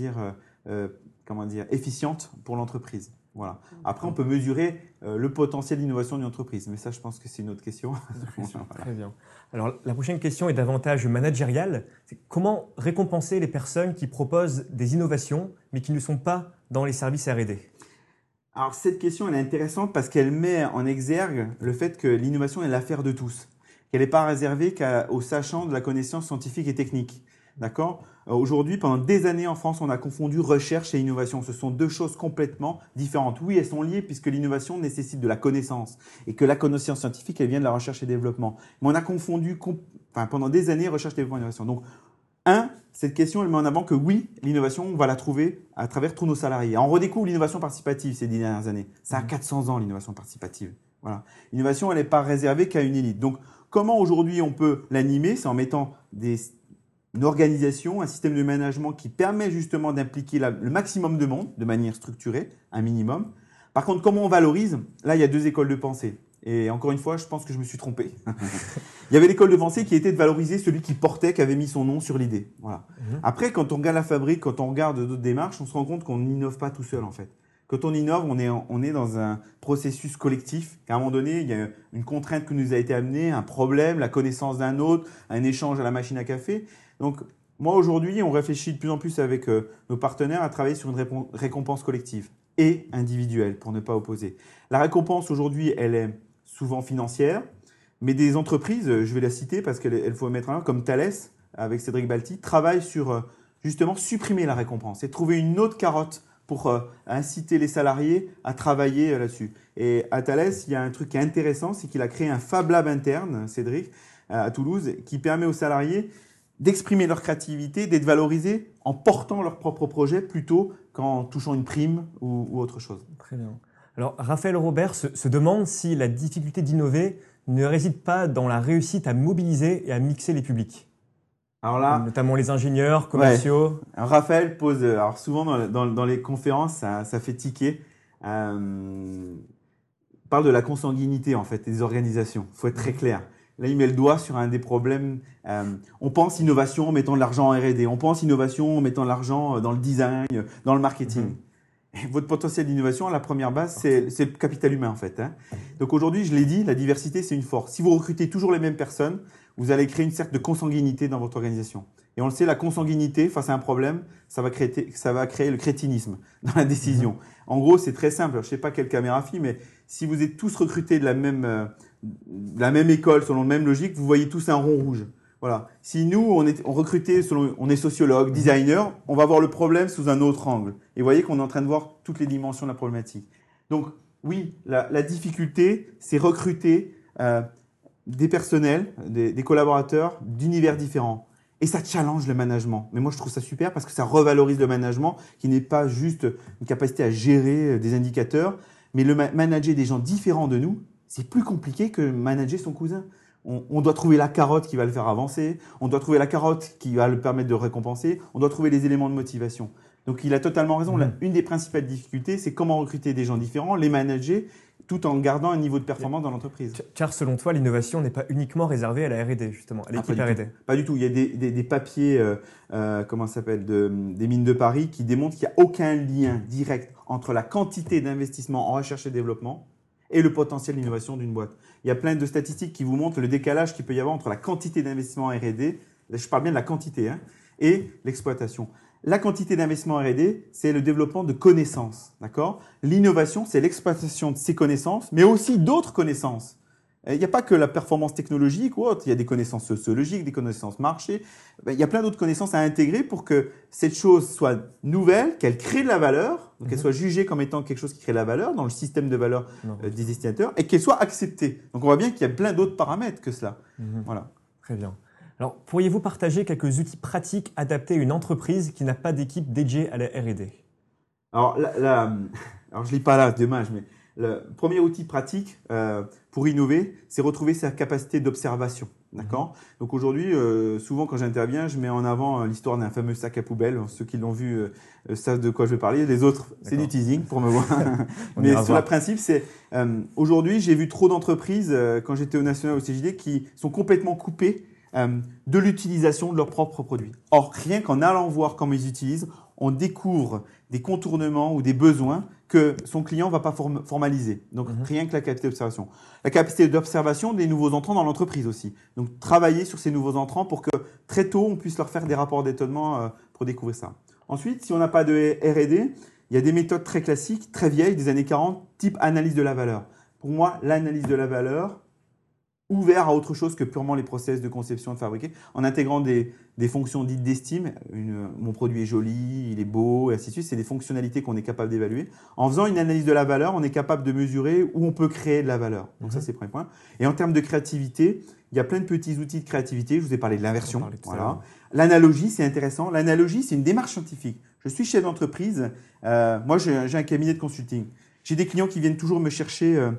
efficiente pour l'entreprise. Voilà. Après, on peut mesurer le potentiel d'innovation d'une entreprise, mais ça, je pense que c'est une autre question. Voilà. Très bien. Alors, la prochaine question est davantage managériale. C'est comment récompenser les personnes qui proposent des innovations, mais qui ne sont pas dans les services R&D? Alors, cette question, elle est intéressante parce qu'elle met en exergue le fait que l'innovation est l'affaire de tous, qu'elle n'est pas réservée qu'aux sachants de la connaissance scientifique et technique. D'accord? Aujourd'hui, pendant des années en France, on a confondu recherche et innovation. Ce sont deux choses complètement différentes. Oui, elles sont liées puisque l'innovation nécessite de la connaissance et que la connaissance scientifique, elle vient de la recherche et développement. Mais on a confondu pendant des années recherche, développement et innovation. Donc, cette question, elle met en avant que oui, l'innovation, on va la trouver à travers tous nos salariés. On redécouvre l'innovation participative ces 10 dernières années. Ça a 400 ans, l'innovation participative. Voilà. L'innovation, elle n'est pas réservée qu'à une élite. Donc, comment aujourd'hui on peut l'animer? C'est en mettant une organisation, un système de management qui permet justement d'impliquer le maximum de monde de manière structurée, un minimum. Par contre, comment on valorise? Là, il y a deux écoles de pensée. Et encore une fois, je pense que je me suis trompé. Il y avait l'école de pensée qui était de valoriser celui qui portait, qui avait mis son nom sur l'idée. Voilà. Après, quand on regarde la fabrique, quand on regarde d'autres démarches, on se rend compte qu'on n'innove pas tout seul en fait. Quand on innove, on est dans un processus collectif. À un moment donné, il y a une contrainte qui nous a été amenée, un problème, la connaissance d'un autre, un échange à la machine à café. Donc, moi, aujourd'hui, on réfléchit de plus en plus avec nos partenaires à travailler sur une récompense collective et individuelle, pour ne pas opposer. La récompense, aujourd'hui, elle est souvent financière, mais des entreprises, je vais la citer parce qu'il faut mettre en avant, comme Thales, avec Cédric Balti, travaillent sur justement supprimer la récompense et trouver une autre carotte pour inciter les salariés à travailler là-dessus. Et à Thales, il y a un truc qui est intéressant, c'est qu'il a créé un Fab Lab interne, Cédric, à Toulouse, qui permet aux salariés d'exprimer leur créativité, d'être valorisés en portant leur propre projet plutôt qu'en touchant une prime ou autre chose. Très bien. Alors, Raphaël Robert se demande si la difficulté d'innover ne réside pas dans la réussite à mobiliser et à mixer les publics. Alors là, notamment les ingénieurs, commerciaux. Ouais. Alors Raphaël pose, alors souvent dans les conférences, ça fait tiquer. Parle de la consanguinité en fait des organisations. Il faut être très clair. Là, il met le doigt sur un des problèmes. On pense innovation en mettant de l'argent en R&D. On pense innovation en mettant de l'argent dans le design, dans le marketing. Et votre potentiel d'innovation, la première base, c'est le capital humain en fait. Donc aujourd'hui, je l'ai dit, la diversité, c'est une force. Si vous recrutez toujours les mêmes personnes, vous allez créer une sorte de consanguinité dans votre organisation. Et on le sait, la consanguinité face à un problème, ça va créer le crétinisme dans la décision. En gros, c'est très simple. Alors, je ne sais pas quelle caméra filme, mais si vous êtes tous recrutés de la même école, selon la même logique, vous voyez tous un rond rouge. Voilà. Si nous, on recrutait, on est sociologue, designer, on va voir le problème sous un autre angle. Et vous voyez qu'on est en train de voir toutes les dimensions de la problématique. Donc, oui, la difficulté, c'est recruter des personnels, des collaborateurs d'univers différents. Et ça challenge le management. Mais moi, je trouve ça super parce que ça revalorise le management qui n'est pas juste une capacité à gérer des indicateurs, mais manager des gens différents de nous, c'est plus compliqué que manager son cousin. On doit trouver la carotte qui va le faire avancer, on doit trouver la carotte qui va le permettre de récompenser, on doit trouver les éléments de motivation. Donc, il a totalement raison. Une des principales difficultés, c'est comment recruter des gens différents, les manager, tout en gardant un niveau de performance dans l'entreprise. Car selon toi, l'innovation n'est pas uniquement réservée à la R&D, justement, à l'équipe R&D. Pas du tout. Il y a des papiers, des mines de Paris qui démontrent qu'il n'y a aucun lien direct entre la quantité d'investissement en recherche et développement et le potentiel d'innovation d'une boîte. Il y a plein de statistiques qui vous montrent le décalage qu'il peut y avoir entre la quantité d'investissement en R&D, je parle bien de la quantité, et l'exploitation. La quantité d'investissement en R&D, c'est le développement de connaissances, d'accord? L'innovation, c'est l'exploitation de ces connaissances, mais aussi d'autres connaissances. Il n'y a pas que la performance technologique ou autre, il y a des connaissances sociologiques, des connaissances marché. Il y a plein d'autres connaissances à intégrer pour que cette chose soit nouvelle, qu'elle crée de la valeur, donc qu'elle soit jugée comme étant quelque chose qui crée de la valeur dans le système de valeur des destinataires et qu'elle soit acceptée. Donc on voit bien qu'il y a plein d'autres paramètres que cela. Voilà. Très bien. Alors, pourriez-vous partager quelques outils pratiques adaptés à une entreprise qui n'a pas d'équipe dédiée à la R&D? Alors, alors je ne lis pas là, dommage, mais le premier outil pratique pour innover, c'est retrouver sa capacité d'observation. D'accord. Donc aujourd'hui, souvent quand j'interviens, je mets en avant l'histoire d'un fameux sac à poubelle. Ceux qui l'ont vu savent de quoi je vais parler. Les autres, c'est du teasing pour me voir. Mais sur le principe, c'est aujourd'hui, j'ai vu trop d'entreprises quand j'étais au National au CJD qui sont complètement coupées de l'utilisation de leurs propres produits. Or, rien qu'en allant voir comment ils utilisent, on découvre des contournements ou des besoins que son client ne va pas formaliser. Donc, rien que la capacité d'observation. La capacité d'observation des nouveaux entrants dans l'entreprise aussi. Donc, travailler sur ces nouveaux entrants pour que très tôt, on puisse leur faire des rapports d'étonnement pour découvrir ça. Ensuite, si on n'a pas de R&D, il y a des méthodes très classiques, très vieilles, des années 40, type analyse de la valeur. Pour moi, l'analyse de la valeur, ouvert à autre chose que purement les process de conception et de fabriquer, en intégrant des fonctions dites d'estime. Mon produit est joli, il est beau, et ainsi de suite. C'est des fonctionnalités qu'on est capable d'évaluer. En faisant une analyse de la valeur, on est capable de mesurer où on peut créer de la valeur. Donc ça, c'est le premier point. Et en termes de créativité, il y a plein de petits outils de créativité. Je vous ai parlé de l'inversion. Voilà. L'analogie, c'est intéressant. L'analogie, c'est une démarche scientifique. Je suis chef d'entreprise. Moi, j'ai un cabinet de consulting. J'ai des clients qui viennent toujours me chercher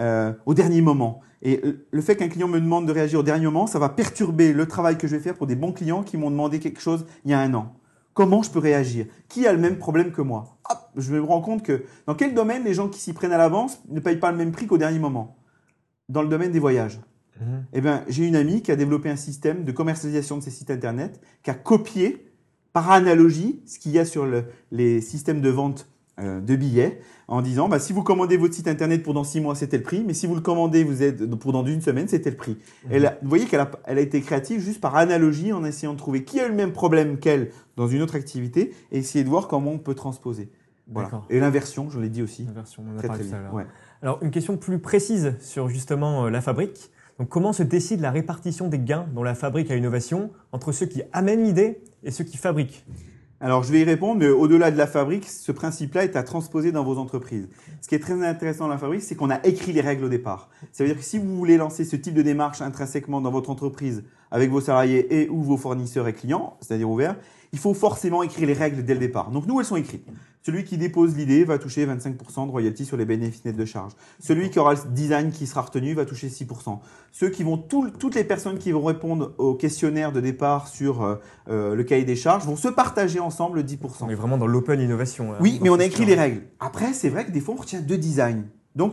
au dernier moment. Et le fait qu'un client me demande de réagir au dernier moment, ça va perturber le travail que je vais faire pour des bons clients qui m'ont demandé quelque chose il y a un an. Comment je peux réagir? Qui a le même problème que moi? Hop, je me rends compte que dans quel domaine les gens qui s'y prennent à l'avance ne payent pas le même prix qu'au dernier moment? Dans le domaine des voyages. Eh bien, j'ai une amie qui a développé un système de commercialisation de ses sites internet, qui a copié par analogie ce qu'il y a sur les systèmes de vente de billets, en disant si vous commandez votre site internet pour dans 6 mois, c'était le prix, mais si vous le commandez pour dans une semaine, c'était le prix. Vous voyez qu'elle a été créative juste par analogie en essayant de trouver qui a eu le même problème qu'elle dans une autre activité et essayer de voir comment on peut transposer. Voilà. Et l'inversion, je l'ai dit aussi. L'inversion, on en a parlé tout à l'heure. Ouais. Alors, une question plus précise sur justement la fabrique. Donc, comment se décide la répartition des gains dans la fabrique à innovation entre ceux qui amènent l'idée et ceux qui fabriquent? Alors, je vais y répondre, mais au-delà de la fabrique, ce principe-là est à transposer dans vos entreprises. Ce qui est très intéressant dans la fabrique, c'est qu'on a écrit les règles au départ. Ça veut dire que si vous voulez lancer ce type de démarche intrinsèquement dans votre entreprise avec vos salariés et ou vos fournisseurs et clients, c'est-à-dire ouverts, il faut forcément écrire les règles dès le départ. Donc, nous, elles sont écrites. Celui qui dépose l'idée va toucher 25% de royalties sur les bénéfices nets de charge. Celui qui aura le design qui sera retenu va toucher 6%. Toutes les personnes qui vont répondre au questionnaire de départ sur le cahier des charges vont se partager ensemble le 10%. On est vraiment dans l'open innovation. Oui, mais on a écrit les règles. Après, c'est vrai que des fois, on retient 2 designs. Donc,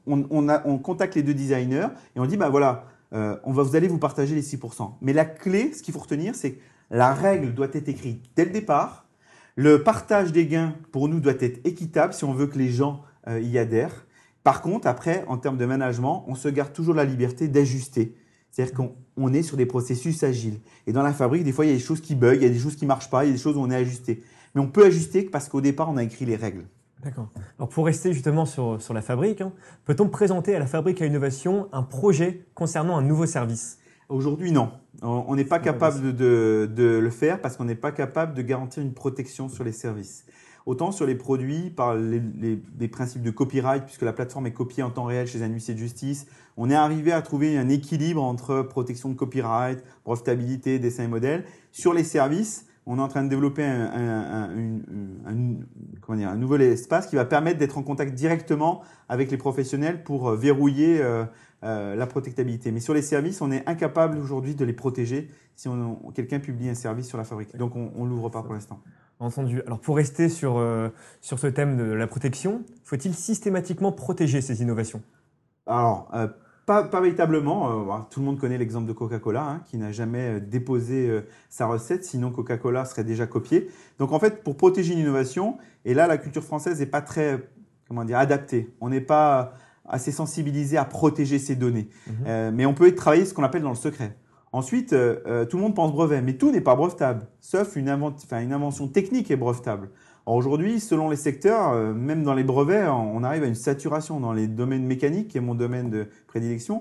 on contacte les 2 designers et on dit, vous allez vous partager les 6%. Mais la clé, ce qu'il faut retenir, c'est que la règle doit être écrite dès le départ. Le partage des gains, pour nous, doit être équitable si on veut que les gens y adhèrent. Par contre, après, en termes de management, on se garde toujours la liberté d'ajuster. C'est-à-dire qu'on est sur des processus agiles. Et dans la fabrique, des fois, il y a des choses qui bug, il y a des choses qui ne marchent pas, il y a des choses où on est ajusté. Mais on peut ajuster parce qu'au départ, on a écrit les règles. D'accord. Alors, pour rester justement sur la fabrique, peut-on présenter à la fabrique à innovation un projet concernant un nouveau service? Aujourd'hui, non. On n'est pas capable de le faire parce qu'on n'est pas capable de garantir une protection sur les services. Autant sur les produits, par les principes de copyright, puisque la plateforme est copiée en temps réel chez un huissier de justice, on est arrivé à trouver un équilibre entre protection de copyright, brevetabilité, dessin et modèle. Sur les services, on est en train de développer un nouvel espace qui va permettre d'être en contact directement avec les professionnels pour verrouiller la protectabilité. Mais sur les services, on est incapable aujourd'hui de les protéger si quelqu'un publie un service sur la fabrique. Donc, on ne l'ouvre pas pour l'instant. Entendu. Alors, pour rester sur ce thème de la protection, faut-il systématiquement protéger ces innovations? Alors, pas véritablement. Tout le monde connaît l'exemple de Coca-Cola, qui n'a jamais déposé sa recette, sinon Coca-Cola serait déjà copié. Donc, en fait, pour protéger une innovation, et là, la culture française n'est pas très adaptée. On n'est pas assez sensibilisé à protéger ces données. Mais on peut travailler ce qu'on appelle dans le secret. Ensuite, tout le monde pense brevet, mais tout n'est pas brevetable, sauf une invention technique est brevetable. Alors aujourd'hui, selon les secteurs, même dans les brevets, on arrive à une saturation dans les domaines mécaniques, qui est mon domaine de prédilection.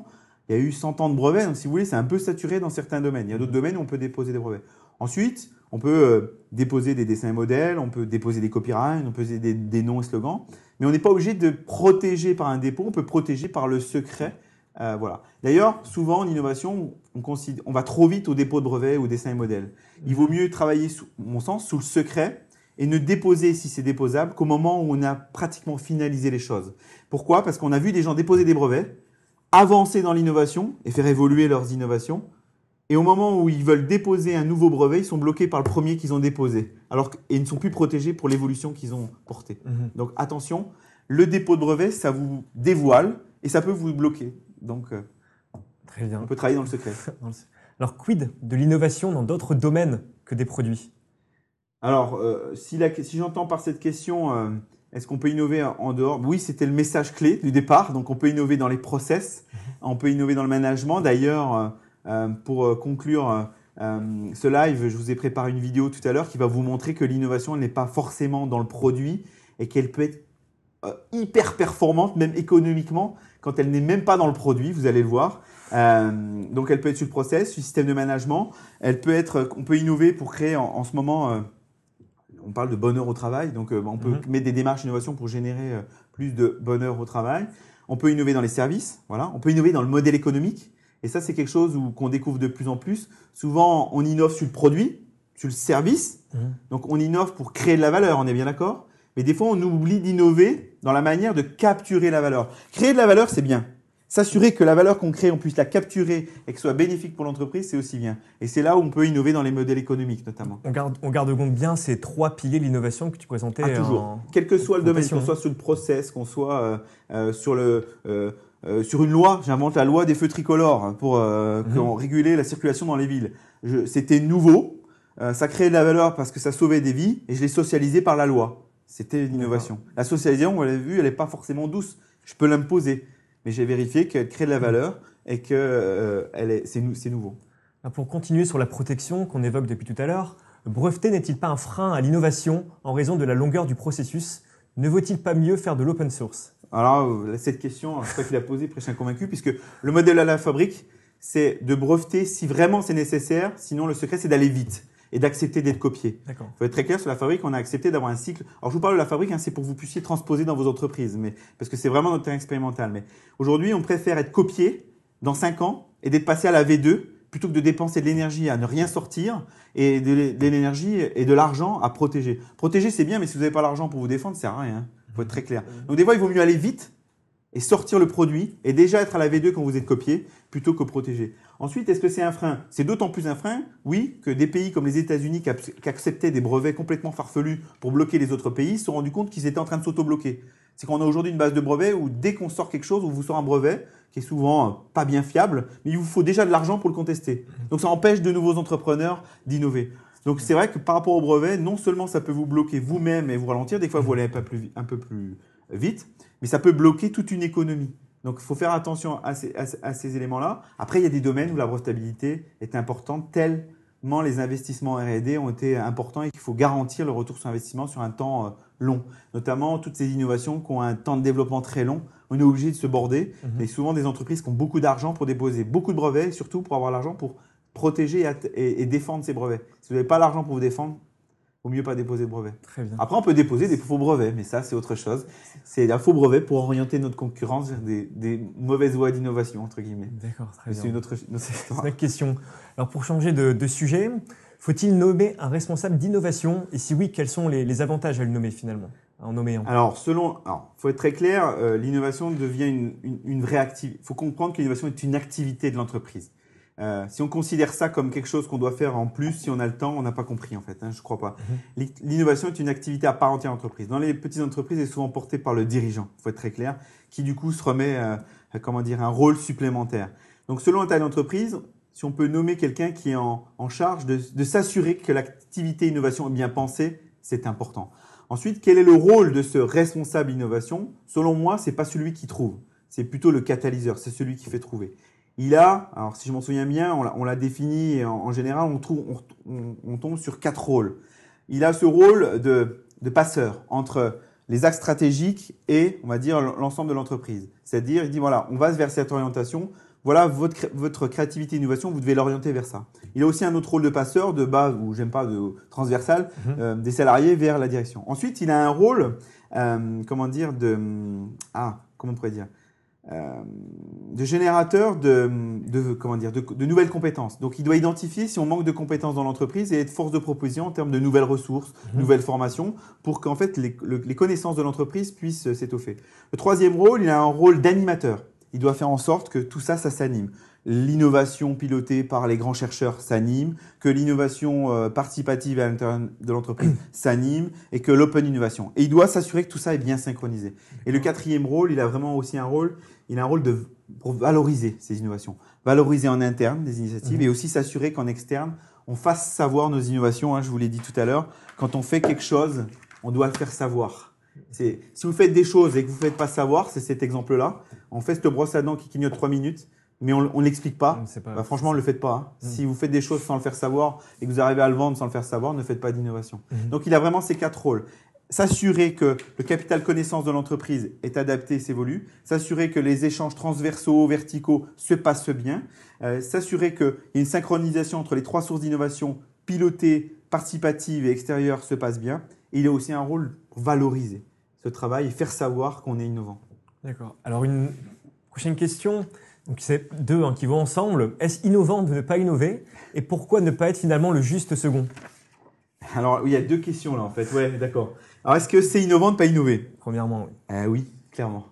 Il y a eu 100 ans de brevets, donc si vous voulez, c'est un peu saturé dans certains domaines. Il y a d'autres domaines où on peut déposer des brevets. Ensuite, on peut déposer des dessins et modèles, on peut déposer des copyrights, on peut déposer des noms et slogans, mais on n'est pas obligé de protéger par un dépôt, on peut protéger par le secret. Voilà. D'ailleurs, souvent en innovation, on va trop vite au dépôt de brevets ou dessins et modèles. Il vaut mieux travailler, à mon sens, sous le secret et ne déposer, si c'est déposable, qu'au moment où on a pratiquement finalisé les choses. Pourquoi? Parce qu'on a vu des gens déposer des brevets, avancer dans l'innovation et faire évoluer leurs innovations. Et au moment où ils veulent déposer un nouveau brevet, ils sont bloqués par le premier qu'ils ont déposé. Et ils ne sont plus protégés pour l'évolution qu'ils ont portée. Donc attention, le dépôt de brevet, ça vous dévoile et ça peut vous bloquer. Donc très bien. On peut travailler dans le secret. Alors quid de l'innovation dans d'autres domaines que des produits? Alors, si j'entends par cette question, est-ce qu'on peut innover en dehors? Oui, c'était le message clé du départ. Donc, on peut innover dans les process, on peut innover dans le management. D'ailleurs, pour conclure ce live, je vous ai préparé une vidéo tout à l'heure qui va vous montrer que l'innovation n'est pas forcément dans le produit et qu'elle peut être hyper performante, même économiquement, quand elle n'est même pas dans le produit, vous allez le voir. Donc, elle peut être sur le process, sur le système de management. On peut innover pour créer en ce moment… on parle de bonheur au travail, donc on peut mettre des démarches d'innovation pour générer plus de bonheur au travail. On peut innover dans les services, voilà. On peut innover dans le modèle économique. Et ça, c'est quelque chose qu'on découvre de plus en plus. Souvent, on innove sur le produit, sur le service. Donc, on innove pour créer de la valeur, on est bien d'accord. Mais des fois, on oublie d'innover dans la manière de capturer la valeur. Créer de la valeur, c'est bien. S'assurer que la valeur qu'on crée, on puisse la capturer et que ce soit bénéfique pour l'entreprise, c'est aussi bien. Et c'est là où on peut innover dans les modèles économiques, notamment. On garde compte bien ces 3 piliers de l'innovation que tu présentais. Toujours. Quel que soit le domaine, qu'on soit sur le process, qu'on soit sur une loi. J'invente la loi des feux tricolores pour réguler la circulation dans les villes. C'était nouveau. Ça créait de la valeur parce que ça sauvait des vies et je l'ai socialisé par la loi. C'était l'innovation. La socialisation, vous l'avez vu, elle n'est pas forcément douce. Je peux l'imposer. Mais j'ai vérifié qu'elle crée de la valeur et que c'est nouveau. Pour continuer sur la protection qu'on évoque depuis tout à l'heure, breveter n'est-il pas un frein à l'innovation en raison de la longueur du processus? Ne vaut-il pas mieux faire de l'open source? Alors, cette question, je ne sais pas qui l'a posée, presque inconvaincu, puisque le modèle à la fabrique, c'est de breveter si vraiment c'est nécessaire. Sinon, le secret, c'est d'aller vite et d'accepter d'être copié. Il faut être très clair sur la fabrique, on a accepté d'avoir un cycle. Alors je vous parle de la fabrique, c'est pour que vous puissiez transposer dans vos entreprises, parce que c'est vraiment notre terrain expérimental. Mais aujourd'hui, on préfère être copié dans 5 ans et d'être passé à la V2 plutôt que de dépenser de l'énergie à ne rien sortir et de l'énergie et de l'argent à protéger. Protéger, c'est bien, mais si vous n'avez pas l'argent pour vous défendre, ça ne sert à rien. Il faut être très clair. Donc des fois, il vaut mieux aller vite et sortir le produit et déjà être à la V2 quand vous êtes copié plutôt que protéger. Ensuite, est-ce que c'est un frein? C'est d'autant plus un frein, oui, que des pays comme les États-Unis qui acceptaient des brevets complètement farfelus pour bloquer les autres pays se sont rendus compte qu'ils étaient en train de s'auto-bloquer. C'est qu'on a aujourd'hui une base de brevets où dès qu'on sort quelque chose, on vous sort un brevet qui est souvent pas bien fiable, mais il vous faut déjà de l'argent pour le contester. Donc ça empêche de nouveaux entrepreneurs d'innover. Donc c'est vrai que par rapport au brevet, non seulement ça peut vous bloquer vous-même et vous ralentir, des fois vous allez un peu plus vite, mais ça peut bloquer toute une économie. Donc, il faut faire attention à ces éléments-là. Après, il y a des domaines où la brevetabilité est importante, tellement les investissements R&D ont été importants et qu'il faut garantir le retour sur investissement sur un temps long. Notamment, toutes ces innovations qui ont un temps de développement très long, on est obligé de se border. Mais souvent, des entreprises qui ont beaucoup d'argent pour déposer beaucoup de brevets, et surtout pour avoir l'argent pour protéger et défendre ces brevets. Si vous n'avez pas l'argent pour vous défendre, il vaut mieux pas déposer de brevet. Très bien. Après, on peut déposer des faux brevets, mais ça, c'est autre chose. C'est un faux brevet pour orienter notre concurrence vers des mauvaises voies d'innovation, entre guillemets. D'accord, très bien. C'est une autre question. Alors, pour changer de sujet, faut-il nommer un responsable d'innovation? Et si oui, quels sont les avantages à le nommer finalement? À en nommer un. Alors, faut être très clair, l'innovation devient une vraie activité. Il faut comprendre que l'innovation est une activité de l'entreprise. Si on considère ça comme quelque chose qu'on doit faire en plus, si on a le temps, on n'a pas compris en fait, je ne crois pas. L'innovation est une activité à part entière d'entreprise. Dans les petites entreprises, elle est souvent portée par le dirigeant, il faut être très clair, qui du coup se remet un rôle supplémentaire. Donc selon la taille d'entreprise, si on peut nommer quelqu'un qui est en charge de s'assurer que l'activité innovation est bien pensée, c'est important. Ensuite, quel est le rôle de ce responsable innovation? Selon moi, ce n'est pas celui qui trouve, c'est plutôt le catalyseur, c'est celui qui fait trouver. Alors si je m'en souviens bien, on l'a défini en général, on tombe sur 4 rôles. Il a ce rôle de passeur entre les axes stratégiques et, on va dire, l'ensemble de l'entreprise. C'est-à-dire, il dit voilà, on va vers cette orientation. voilà votre créativité et innovation, vous devez l'orienter vers ça. Il a aussi un autre rôle de passeur, de base, ou j'aime pas, de transversal, des salariés vers la direction. Ensuite, il a un rôle, comment on pourrait dire, de générateur de nouvelles compétences. Donc, il doit identifier si on manque de compétences dans l'entreprise et être force de proposition en termes de nouvelles ressources, nouvelles formations, pour qu'en fait les connaissances de l'entreprise puissent s'étoffer. Le troisième rôle, il a un rôle d'animateur. Il doit faire en sorte que tout ça s'anime. L'innovation pilotée par les grands chercheurs s'anime, que l'innovation participative à l'intérieur de l'entreprise s'anime et que l'open innovation. Et il doit s'assurer que tout ça est bien synchronisé. Et le quatrième rôle, il a vraiment aussi un rôle pour valoriser ces innovations. Valoriser en interne des initiatives et aussi s'assurer qu'en externe, on fasse savoir nos innovations. Je vous l'ai dit tout à l'heure, quand on fait quelque chose, on doit le faire savoir. Si vous faites des choses et que vous ne faites pas savoir, c'est cet exemple-là. On fait cette brosse à dents qui clignote 3 minutes, mais on ne l'explique pas. Franchement, ne le faites pas. Si vous faites des choses sans le faire savoir et que vous arrivez à le vendre sans le faire savoir, ne faites pas d'innovation. Donc, il a vraiment ces 4 rôles. S'assurer que le capital connaissance de l'entreprise est adapté et s'évolue. S'assurer que les échanges transversaux, verticaux se passent bien. S'assurer qu'il y a une synchronisation entre les 3 sources d'innovation pilotées, participatives et extérieures se passe bien. Et il a aussi un rôle pour valoriser ce travail et faire savoir qu'on est innovant. D'accord. Alors, une prochaine question. Donc, c'est 2 qui vont ensemble. Est-ce innovant de ne pas innover? Et pourquoi ne pas être finalement le juste second? Alors, il y a 2 questions là en fait. Ouais, d'accord. Alors, est-ce que c'est innovant de ne pas innover? Premièrement, oui. Oui, clairement.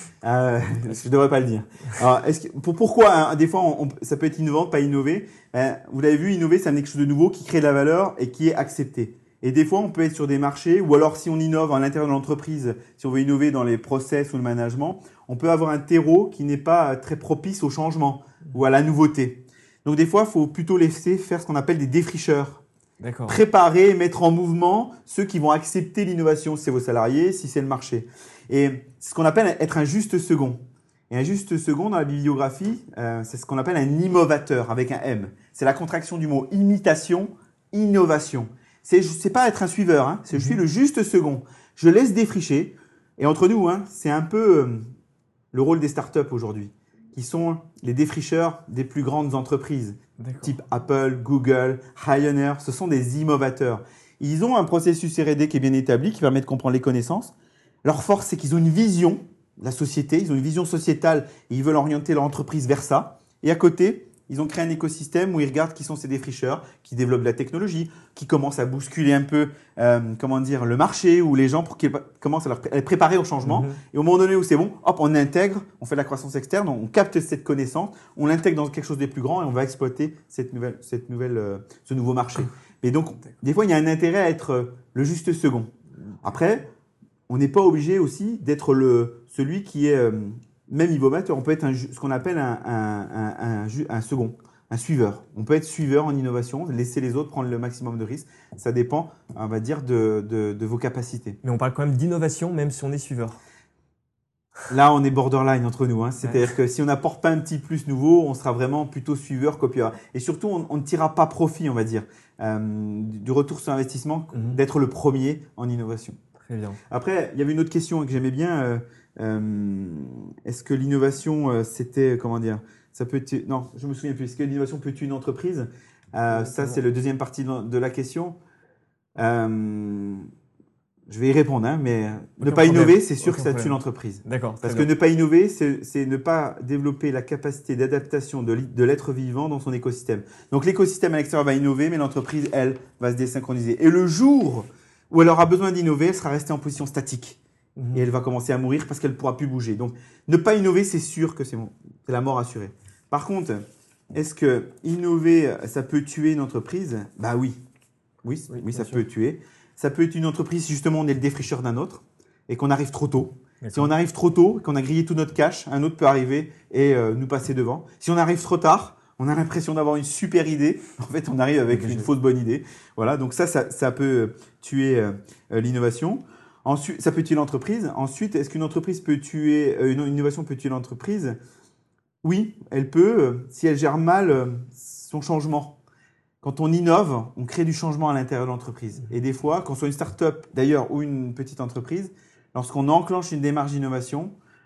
Je ne devrais pas le dire. Alors, pourquoi des fois ça peut être innovant de ne pas innover? Vous l'avez vu, innover, c'est quelque chose de nouveau qui crée de la valeur et qui est accepté. Et des fois, on peut être sur des marchés, ou alors si on innove à l'intérieur de l'entreprise, si on veut innover dans les process ou le management, on peut avoir un terreau qui n'est pas très propice au changement ou à la nouveauté. Donc des fois, il faut plutôt laisser faire ce qu'on appelle des défricheurs. D'accord. Préparer, mettre en mouvement ceux qui vont accepter l'innovation, si c'est vos salariés, si c'est le marché. Et c'est ce qu'on appelle être un juste second. Et un juste second dans la bibliographie, c'est ce qu'on appelle un immovateur avec un M. C'est la contraction du mot imitation, innovation. C'est pas être un suiveur, c'est je suis le juste second. Je laisse défricher. Et entre nous, c'est un peu le rôle des startups aujourd'hui, qui sont les défricheurs des plus grandes entreprises, type Apple, Google, Ryanair. Ce sont des innovateurs. Ils ont un processus R&D qui est bien établi, qui permet de comprendre les connaissances. Leur force, c'est qu'ils ont une vision de la société, ils ont une vision sociétale et ils veulent orienter leur entreprise vers ça. Et à côté, ils ont créé un écosystème où ils regardent qui sont ces défricheurs, qui développent de la technologie, qui commencent à bousculer un peu le marché ou les gens pour qu'ils commencent à les préparer au changement. Et au moment donné où c'est bon, hop, on intègre, on fait de la croissance externe, on capte cette connaissance, on l'intègre dans quelque chose de plus grand et on va exploiter ce nouveau marché. Et donc, des fois, il y a un intérêt à être le juste second. Après, on n'est pas obligé aussi d'être celui qui est… Même innovateur, on peut être ce qu'on appelle un second, un suiveur. On peut être suiveur en innovation, laisser les autres prendre le maximum de risques. Ça dépend, on va dire, de vos capacités. Mais on parle quand même d'innovation, même si on est suiveur. Là, on est borderline entre nous. C'est-à-dire que si on n'apporte pas un petit plus nouveau, on sera vraiment plutôt suiveur, copieur. Et surtout, on ne tirera pas profit, on va dire, du retour sur investissement, d'être le premier en innovation. Très bien. Après, il y avait une autre question que j'aimais bien. Est-ce que l'innovation, c'était, comment dire, ça peut être, non, je me souviens plus. Est-ce que l'innovation peut tuer une entreprise? Ça, c'est la deuxième partie de la question. Je vais y répondre, mais ne pas innover, c'est sûr que ça tue l'entreprise. D'accord. Parce que ne pas innover, c'est ne pas développer la capacité d'adaptation de l'être vivant dans son écosystème. Donc l'écosystème à l'extérieur va innover, mais l'entreprise, elle, va se désynchroniser. Et le jour où elle aura besoin d'innover, elle sera restée en position statique. Et elle va commencer à mourir parce qu'elle ne pourra plus bouger. Donc, ne pas innover, c'est sûr que c'est la mort assurée. Par contre, est-ce que innover, ça peut tuer une entreprise? Bah oui. Oui, ça peut tuer. Ça peut être une entreprise, si justement on est le défricheur d'un autre et qu'on arrive trop tôt. Si on arrive trop tôt, qu'on a grillé tout notre cash, un autre peut arriver et nous passer devant. Si on arrive trop tard, on a l'impression d'avoir une super idée. En fait, on arrive avec une fausse bonne idée. Voilà, donc ça peut tuer l'innovation. Ensuite, ça peut tuer l'entreprise. Ensuite, est-ce qu'une entreprise peut tuer, une innovation peut tuer l'entreprise? Oui, elle peut, si elle gère mal son changement. Quand on innove, on crée du changement à l'intérieur de l'entreprise. Et des fois, qu'on soit une start-up d'ailleurs ou une petite entreprise, lorsqu'on enclenche une démarche d'innovation,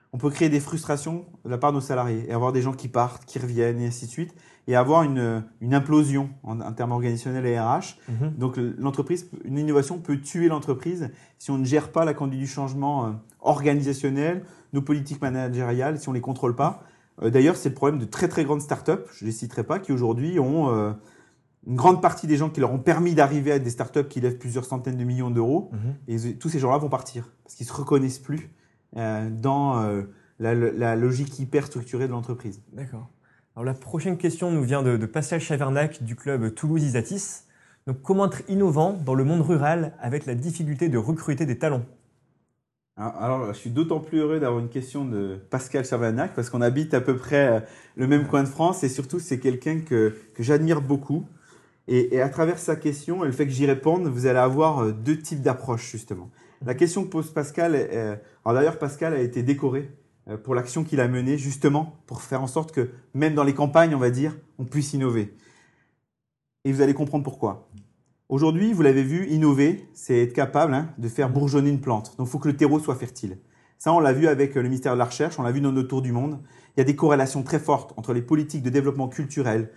on peut créer des frustrations de la part de nos salariés et avoir des gens qui partent, qui reviennent et ainsi de suite et avoir une implosion en termes organisationnels et RH. Donc une innovation peut tuer l'entreprise si on ne gère pas la conduite du changement organisationnel, nos politiques managériales, si on ne les contrôle pas. D'ailleurs, c'est le problème de très très grandes startups, je ne les citerai pas, qui aujourd'hui ont une grande partie des gens qui leur ont permis d'arriver à des startups qui lèvent plusieurs centaines de millions d'euros. Et tous ces gens-là vont partir parce qu'ils ne se reconnaissent plus dans la logique hyper structurée de l'entreprise. D'accord. Alors la prochaine question nous vient de Pascal Chavernac du club Toulouse Isatis. Donc, comment être innovant dans le monde rural avec la difficulté de recruter des talents? Alors, je suis d'autant plus heureux d'avoir une question de Pascal Chavernac parce qu'on habite à peu près le même coin de France et surtout, c'est quelqu'un que j'admire beaucoup. Et à travers sa question et le fait que j'y réponde, vous allez avoir deux types d'approches justement. La question que pose Pascal, alors d'ailleurs Pascal a été décoré pour l'action qu'il a menée justement pour faire en sorte que même dans les campagnes, on va dire, on puisse innover. Et vous allez comprendre pourquoi. Aujourd'hui, vous l'avez vu, innover, c'est être capable de faire bourgeonner une plante. Donc il faut que le terreau soit fertile. Ça, on l'a vu avec le ministère de la Recherche, on l'a vu dans nos tours du monde. Il y a des corrélations très fortes entre les politiques de développement culturel,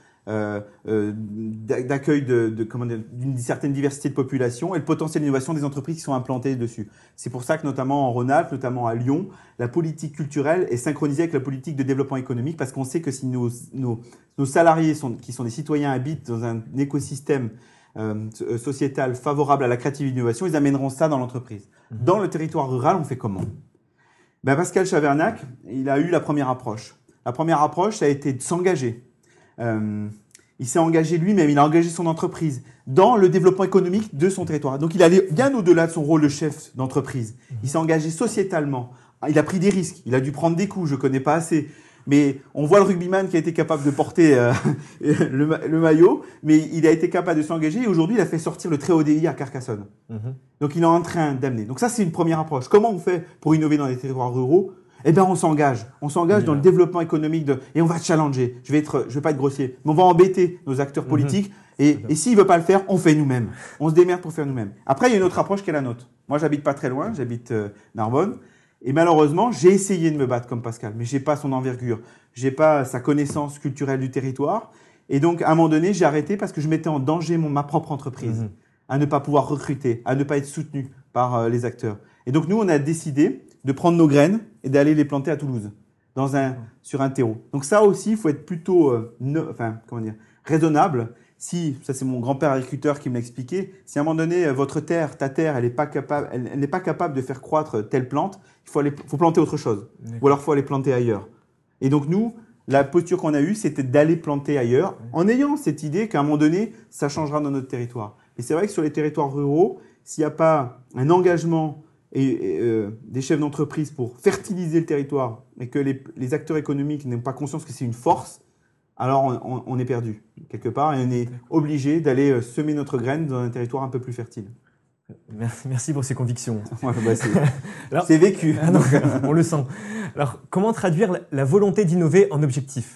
d'accueil d'une certaine diversité de population et le potentiel d'innovation des entreprises qui sont implantées dessus. C'est pour ça que notamment en Rhône-Alpes, notamment à Lyon, la politique culturelle est synchronisée avec la politique de développement économique parce qu'on sait que si nos salariés qui sont des citoyens habitent dans un écosystème sociétal favorable à la créativité et l'innovation, ils amèneront ça dans l'entreprise. Dans le territoire rural, on fait comment? Pascal Chavernac, il a eu la première approche. La première approche, ça a été de s'engager. Il s'est engagé lui-même, il a engagé son entreprise dans le développement économique de son territoire. Donc, il allait bien au-delà de son rôle de chef d'entreprise. Il s'est engagé sociétalement. Il a pris des risques. Il a dû prendre des coups. Je ne connais pas assez. Mais on voit le rugbyman qui a été capable de porter le maillot, mais il a été capable de s'engager et aujourd'hui, il a fait sortir le très haut débit à Carcassonne. Donc, il est en train d'amener. Donc, ça, c'est une première approche. Comment on fait pour innover dans les territoires ruraux? On s'engage. On s'engage dans le développement économique et on va challenger. Je vais pas être grossier, mais on va embêter nos acteurs politiques et s'ils veulent pas le faire, on fait nous-mêmes. On se démerde pour faire nous-mêmes. Après, il y a une autre approche qui est la nôtre. Moi, j'habite pas très loin, j'habite Narbonne. Et malheureusement, j'ai essayé de me battre comme Pascal, mais j'ai pas son envergure. J'ai pas sa connaissance culturelle du territoire. Et donc, à un moment donné, j'ai arrêté parce que je mettais en danger ma propre entreprise. À ne pas pouvoir recruter, à ne pas être soutenu par les acteurs. Et donc, nous, on a décidé de prendre nos graines et d'aller les planter à Toulouse, sur un terreau. Donc ça aussi, il faut être plutôt raisonnable. Ça c'est mon grand-père agriculteur qui me l'a expliqué, si à un moment donné, ta terre, elle n'est pas capable de faire croître telle plante, faut planter autre chose. Ou alors il faut aller planter ailleurs. Et donc nous, la posture qu'on a eue, c'était d'aller planter ailleurs, en ayant cette idée qu'à un moment donné, ça changera dans notre territoire. Et c'est vrai que sur les territoires ruraux, s'il n'y a pas un engagement et des chefs d'entreprise pour fertiliser le territoire et que les acteurs économiques n'ont pas conscience que c'est une force, alors on est perdu quelque part et on est obligé d'aller semer notre graine dans un territoire un peu plus fertile. Merci pour ces convictions. C'est vécu. Non, on le sent. Alors, comment traduire la volonté d'innover en objectif?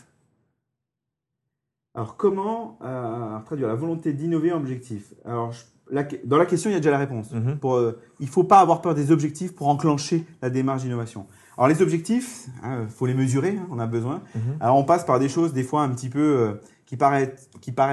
Alors, comment traduire la volonté d'innover en objectif? Alors, dans la question, il y a déjà la réponse. Il ne faut pas avoir peur des objectifs pour enclencher la démarche d'innovation. Alors, les objectifs, faut les mesurer, on a besoin. Alors, on passe par des choses, des fois, un petit peu qui paraissent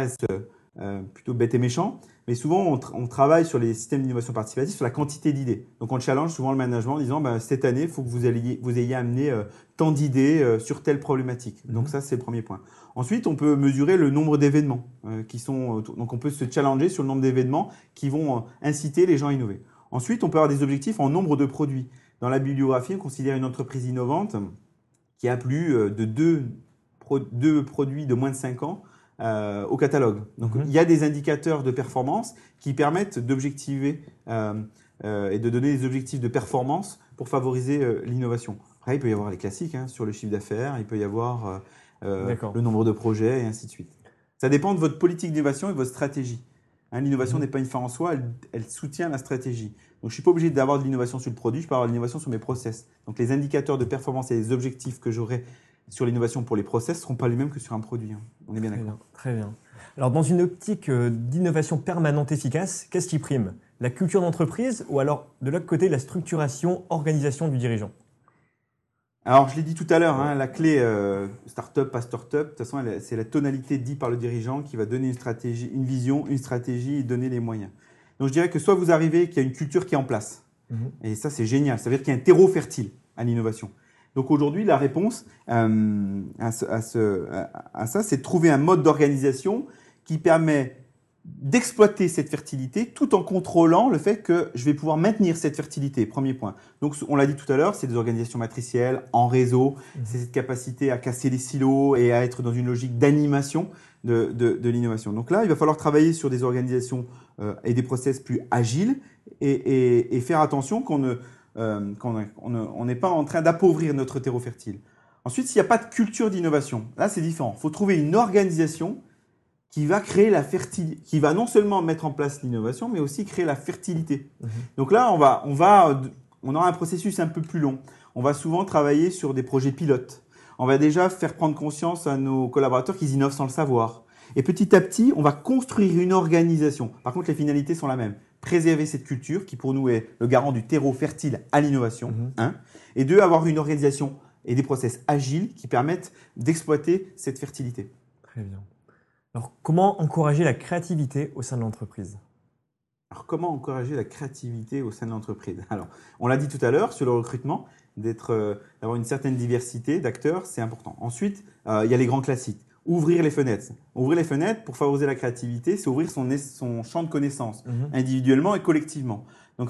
plutôt bêtes et méchants. Mais souvent, on travaille sur les systèmes d'innovation participative, sur la quantité d'idées. Donc, on challenge souvent le management en disant cette année, il faut que vous ayez amené tant d'idées sur telle problématique. Donc, ça, c'est le premier point. Ensuite, on peut mesurer le nombre d'événements donc on peut se challenger sur le nombre d'événements qui vont inciter les gens à innover. Ensuite, on peut avoir des objectifs en nombre de produits. Dans la bibliographie, on considère une entreprise innovante qui a plus de deux produits de moins de 5 ans au catalogue. Donc, il y a des indicateurs de performance qui permettent d'objectiver et de donner des objectifs de performance pour favoriser l'innovation. Après, il peut y avoir les classiques sur le chiffre d'affaires, il peut y avoir le nombre de projets et ainsi de suite. Ça dépend de votre politique d'innovation et de votre stratégie. L'innovation n'est pas une fin en soi, elle soutient la stratégie. Donc, je ne suis pas obligé d'avoir de l'innovation sur le produit, je peux avoir de l'innovation sur mes process. Donc, les indicateurs de performance et les objectifs que j'aurai sur l'innovation pour les process ne seront pas les mêmes que sur un produit. On est bien d'accord. Très bien. Alors, dans une optique d'innovation permanente efficace, qu'est-ce qui prime? La culture d'entreprise ou alors, de l'autre côté, la structuration, organisation du dirigeant? Alors, je l'ai dit tout à l'heure, hein, la clé start-up, pas start-up, de toute façon, c'est la tonalité dite par le dirigeant qui va donner une stratégie, une vision, une stratégie et donner les moyens. Donc, je dirais que soit vous arrivez qu'il y a une culture qui est en place. Et ça, c'est génial. Ça veut dire qu'il y a un terreau fertile à l'innovation. Donc, aujourd'hui, la réponse à ça, c'est de trouver un mode d'organisation qui permet d'exploiter cette fertilité tout en contrôlant le fait que je vais pouvoir maintenir cette fertilité, premier point. Donc, on l'a dit tout à l'heure, c'est des organisations matricielles, en réseau, c'est cette capacité à casser les silos et à être dans une logique d'animation de l'innovation. Donc là, il va falloir travailler sur des organisations et des process plus agiles et faire attention qu'on n'est pas en train d'appauvrir notre terreau fertile. Ensuite, s'il n'y a pas de culture d'innovation, là, c'est différent. Il faut trouver une organisation qui va créer la fertilité, qui va non seulement mettre en place l'innovation, mais aussi créer la fertilité. Donc là, on aura un processus un peu plus long. On va souvent travailler sur des projets pilotes. On va déjà faire prendre conscience à nos collaborateurs qu'ils innovent sans le savoir. Et petit à petit, on va construire une organisation. Par contre, les finalités sont la même. Préserver cette culture qui, pour nous, est le garant du terreau fertile à l'innovation. Et deux, avoir une organisation et des process agiles qui permettent d'exploiter cette fertilité. Très bien. Alors, comment encourager la créativité au sein de l'entreprise? Alors, comment encourager la créativité au sein de l'entreprise? Alors, on l'a dit tout à l'heure sur le recrutement, d'avoir une certaine diversité d'acteurs, c'est important. Ensuite, il y a les grands classiques. Ouvrir les fenêtres. Ouvrir les fenêtres pour favoriser la créativité, c'est ouvrir son champ de connaissances, individuellement et collectivement. Donc,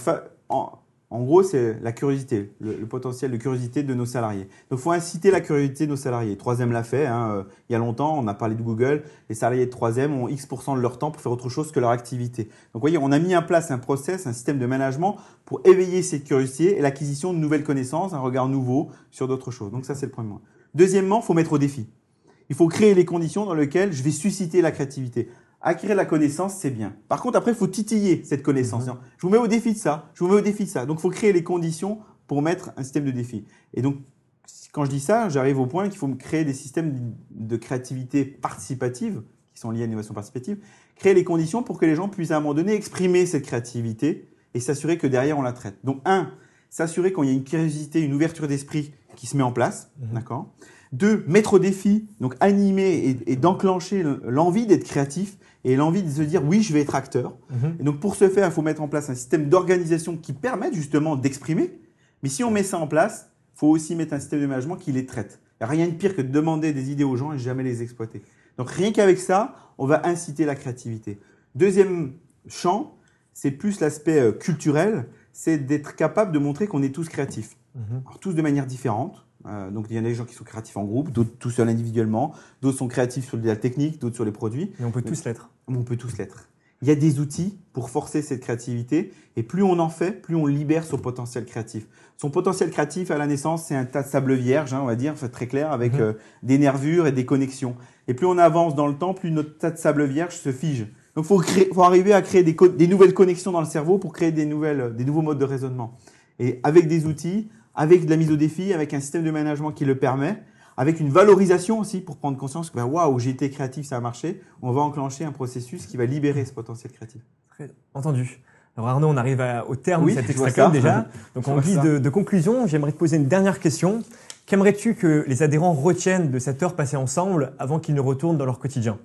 en gros, c'est la curiosité, le potentiel de curiosité de nos salariés. Donc, il faut inciter la curiosité de nos salariés. 3M l'a fait. Il y a longtemps, on a parlé de Google. Les salariés de 3M ont X% de leur temps pour faire autre chose que leur activité. Donc, vous voyez, on a mis en place un process, un système de management pour éveiller cette curiosité et l'acquisition de nouvelles connaissances, un regard nouveau sur d'autres choses. Donc, ça, c'est le premier point. Deuxièmement, il faut mettre au défi. Il faut créer les conditions dans lesquelles je vais susciter la créativité. Acquérir la connaissance, c'est bien. Par contre, après, il faut titiller cette connaissance. Je vous mets au défi de ça, je vous mets au défi de ça. Donc, il faut créer les conditions pour mettre un système de défi. Et donc, quand je dis ça, j'arrive au point qu'il faut créer des systèmes de créativité participative, qui sont liés à l'innovation participative, créer les conditions pour que les gens puissent à un moment donné exprimer cette créativité et s'assurer que derrière, on la traite. Donc, s'assurer qu'il y a une curiosité, une ouverture d'esprit qui se met en place. D'accord. 2, mettre au défi, donc animer et d'enclencher l'envie d'être créatif et l'envie de se dire oui, je vais être acteur. Et donc pour ce faire, il faut mettre en place un système d'organisation qui permette justement d'exprimer. Mais si on met ça en place, il faut aussi mettre un système de management qui les traite. Il n'y a rien de pire que de demander des idées aux gens et jamais les exploiter. Donc rien qu'avec ça, on va inciter la créativité. Deuxième champ, c'est plus l'aspect culturel, c'est d'être capable de montrer qu'on est tous créatifs. Alors, tous de manière différente. Donc, il y en a des gens qui sont créatifs en groupe, d'autres tout seuls individuellement, d'autres sont créatifs sur la technique, d'autres sur les produits. Et on peut tous l'être. On peut tous l'être. Il y a des outils pour forcer cette créativité et plus on en fait, plus on libère son potentiel créatif. Son potentiel créatif à la naissance, c'est un tas de sable vierge, on va dire, c'est très clair, avec des nervures et des connexions. Et plus on avance dans le temps, plus notre tas de sable vierge se fige. Donc, faut arriver à créer des nouvelles connexions dans le cerveau pour créer des nouveaux modes de raisonnement. Et avec des outils, avec de la mise au défi, avec un système de management qui le permet, avec une valorisation aussi pour prendre conscience que waouh, j'ai été créatif, ça a marché, on va enclencher un processus qui va libérer ce potentiel créatif. Entendu. Alors Arnaud, on arrive au terme de cet Extra Club déjà. Donc en guise de conclusion, j'aimerais te poser une dernière question. Qu'aimerais-tu que les adhérents retiennent de cette heure passée ensemble avant qu'ils ne retournent dans leur quotidien?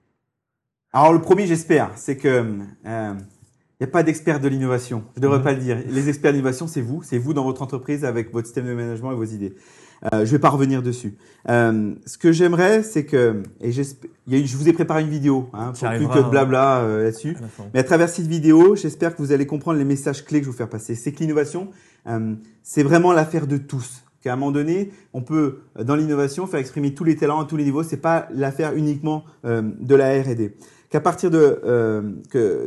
Alors le premier, j'espère, c'est que il n'y a pas d'experts de l'innovation. Je ne devrais pas le dire. Les experts de l'innovation, c'est vous dans votre entreprise avec votre système de management et vos idées. Je ne vais pas revenir dessus. Ce que j'aimerais, c'est que, je vous ai préparé une vidéo, pour plus que de blabla là-dessus. Mais à travers cette vidéo, j'espère que vous allez comprendre les messages clés que je vais vous faire passer. C'est que l'innovation, c'est vraiment l'affaire de tous. Qu'à un moment donné, on peut, dans l'innovation, faire exprimer tous les talents à tous les niveaux. C'est pas l'affaire uniquement de la R&D. Qu'à partir de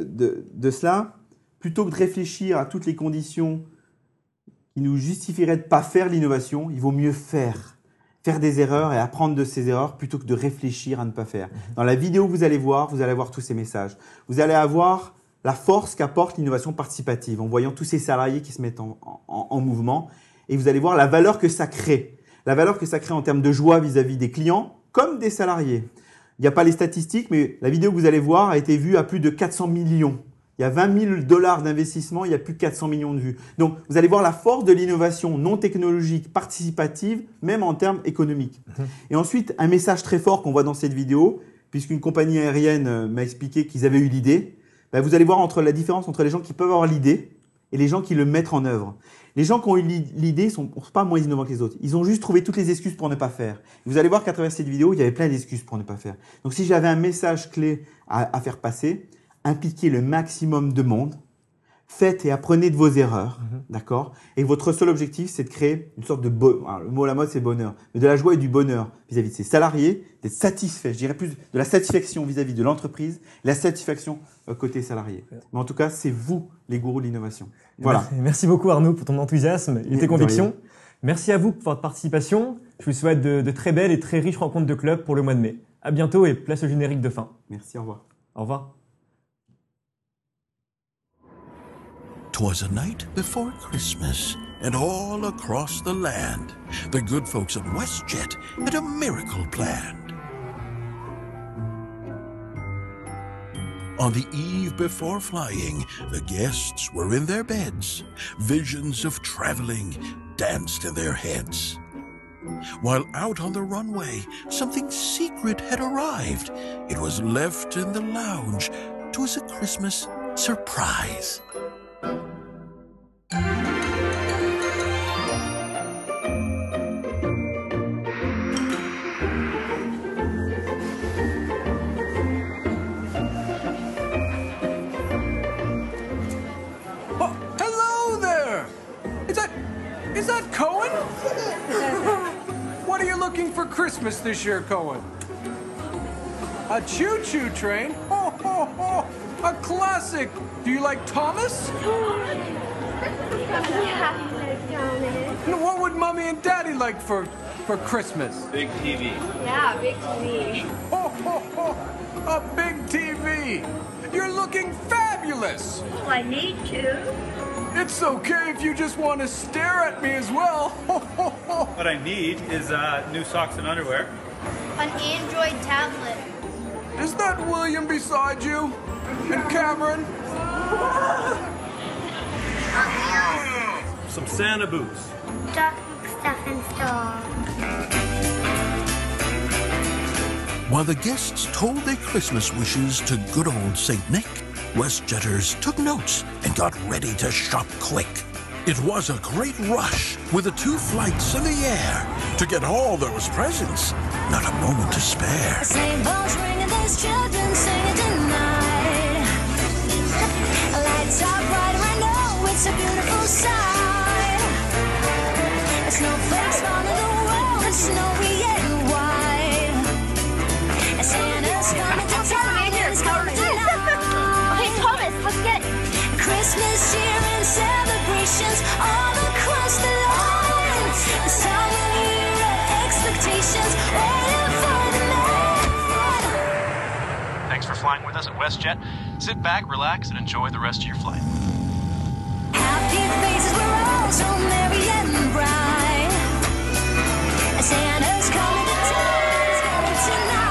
cela, plutôt que de réfléchir à toutes les conditions qui nous justifieraient de ne pas faire l'innovation, il vaut mieux faire des erreurs et apprendre de ces erreurs plutôt que de réfléchir à ne pas faire. Dans la vidéo que vous allez voir tous ces messages. Vous allez avoir la force qu'apporte l'innovation participative en voyant tous ces salariés qui se mettent en mouvement et vous allez voir la valeur que ça crée. La valeur que ça crée en termes de joie vis-à-vis des clients comme des salariés. Il n'y a pas les statistiques, mais la vidéo que vous allez voir a été vue à plus de 400 millions. Il il y a 20 000 $ d'investissement, il y a plus de 400 millions de vues. Donc, vous allez voir la force de l'innovation non technologique, participative, même en termes économiques. Et ensuite, un message très fort qu'on voit dans cette vidéo, puisqu'une compagnie aérienne m'a expliqué qu'ils avaient eu l'idée. Ben, vous allez voir la différence entre les gens qui peuvent avoir l'idée et les gens qui le mettent en œuvre. Les gens qui ont eu l'idée ne sont pas moins innovants que les autres. Ils ont juste trouvé toutes les excuses pour ne pas faire. Vous allez voir qu'à travers cette vidéo, il y avait plein d'excuses pour ne pas faire. Donc, si j'avais un message clé à faire passer, impliquez le maximum de monde, faites et apprenez de vos erreurs, d'accord? Et votre seul objectif, c'est de créer une sorte de le mot à la mode, c'est bonheur, mais de la joie et du bonheur vis-à-vis de ses salariés, d'être satisfait, je dirais plus de la satisfaction vis-à-vis de l'entreprise, la satisfaction côté salarié. Mais en tout cas, c'est vous les gourous de l'innovation. Voilà. Merci beaucoup Arnaud pour ton enthousiasme et tes convictions. Merci à vous pour votre participation. Je vous souhaite de très belles et très riches rencontres de club pour le mois de mai. À bientôt et place au générique de fin. Merci, au revoir. Au revoir. 'Twas a night before Christmas, and all across the land, the good folks at WestJet had a miracle planned. On the eve before flying, the guests were in their beds. Visions of traveling danced in their heads. While out on the runway, something secret had arrived. It was left in the lounge. 'Twas a Christmas surprise. Is that Cohen? What are you looking for Christmas this year, Cohen? A choo-choo train? Ho, ho, ho! A classic! Do you like Thomas? Yeah, Thomas. What would Mommy and Daddy like for Christmas? Big TV. Yeah, big TV. Ho, ho, ho! A big TV! You're looking fabulous! Oh, I need to. It's okay if you just want to stare at me as well. What I need is new socks and underwear. An Android tablet. Is that William beside you? And Cameron? Some Santa boots. Stocking stuff and store. While the guests told their Christmas wishes to good old St. Nick, WestJetters took notes and got ready to shop quick. It was a great rush with the 2 flights in the air to get all those presents. Not a moment to spare. Sleigh bells ringing, there's children singing tonight. Lights are brighter, I know it's a beautiful sight. Snowflakes fall in the world, it's snowy and white. Santa's coming to town, he's coming tonight. Let's get it. Christmas cheer and celebrations all across the line. This time of year, expectations waiting for the man. Thanks for flying with us at WestJet. Sit back, relax, and enjoy the rest of your flight. Happy faces were all so merry and bright. Santa's coming to town, he's coming tonight.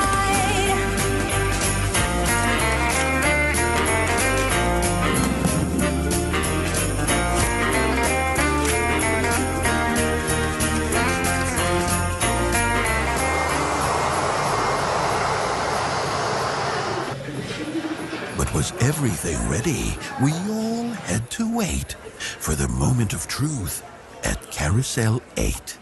Was everything ready? We all had to wait for the moment of truth at Carousel 8.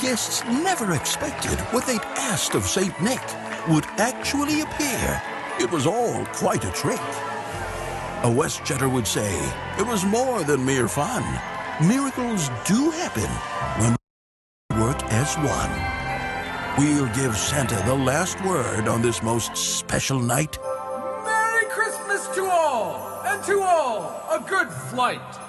guests never expected what they'd asked of St. Nick would actually appear. It was all quite a trick. A WestJetter would say it was more than mere fun. Miracles do happen when we work as one. We'll give Santa the last word on this most special night. Merry Christmas to all, and to all, a good flight.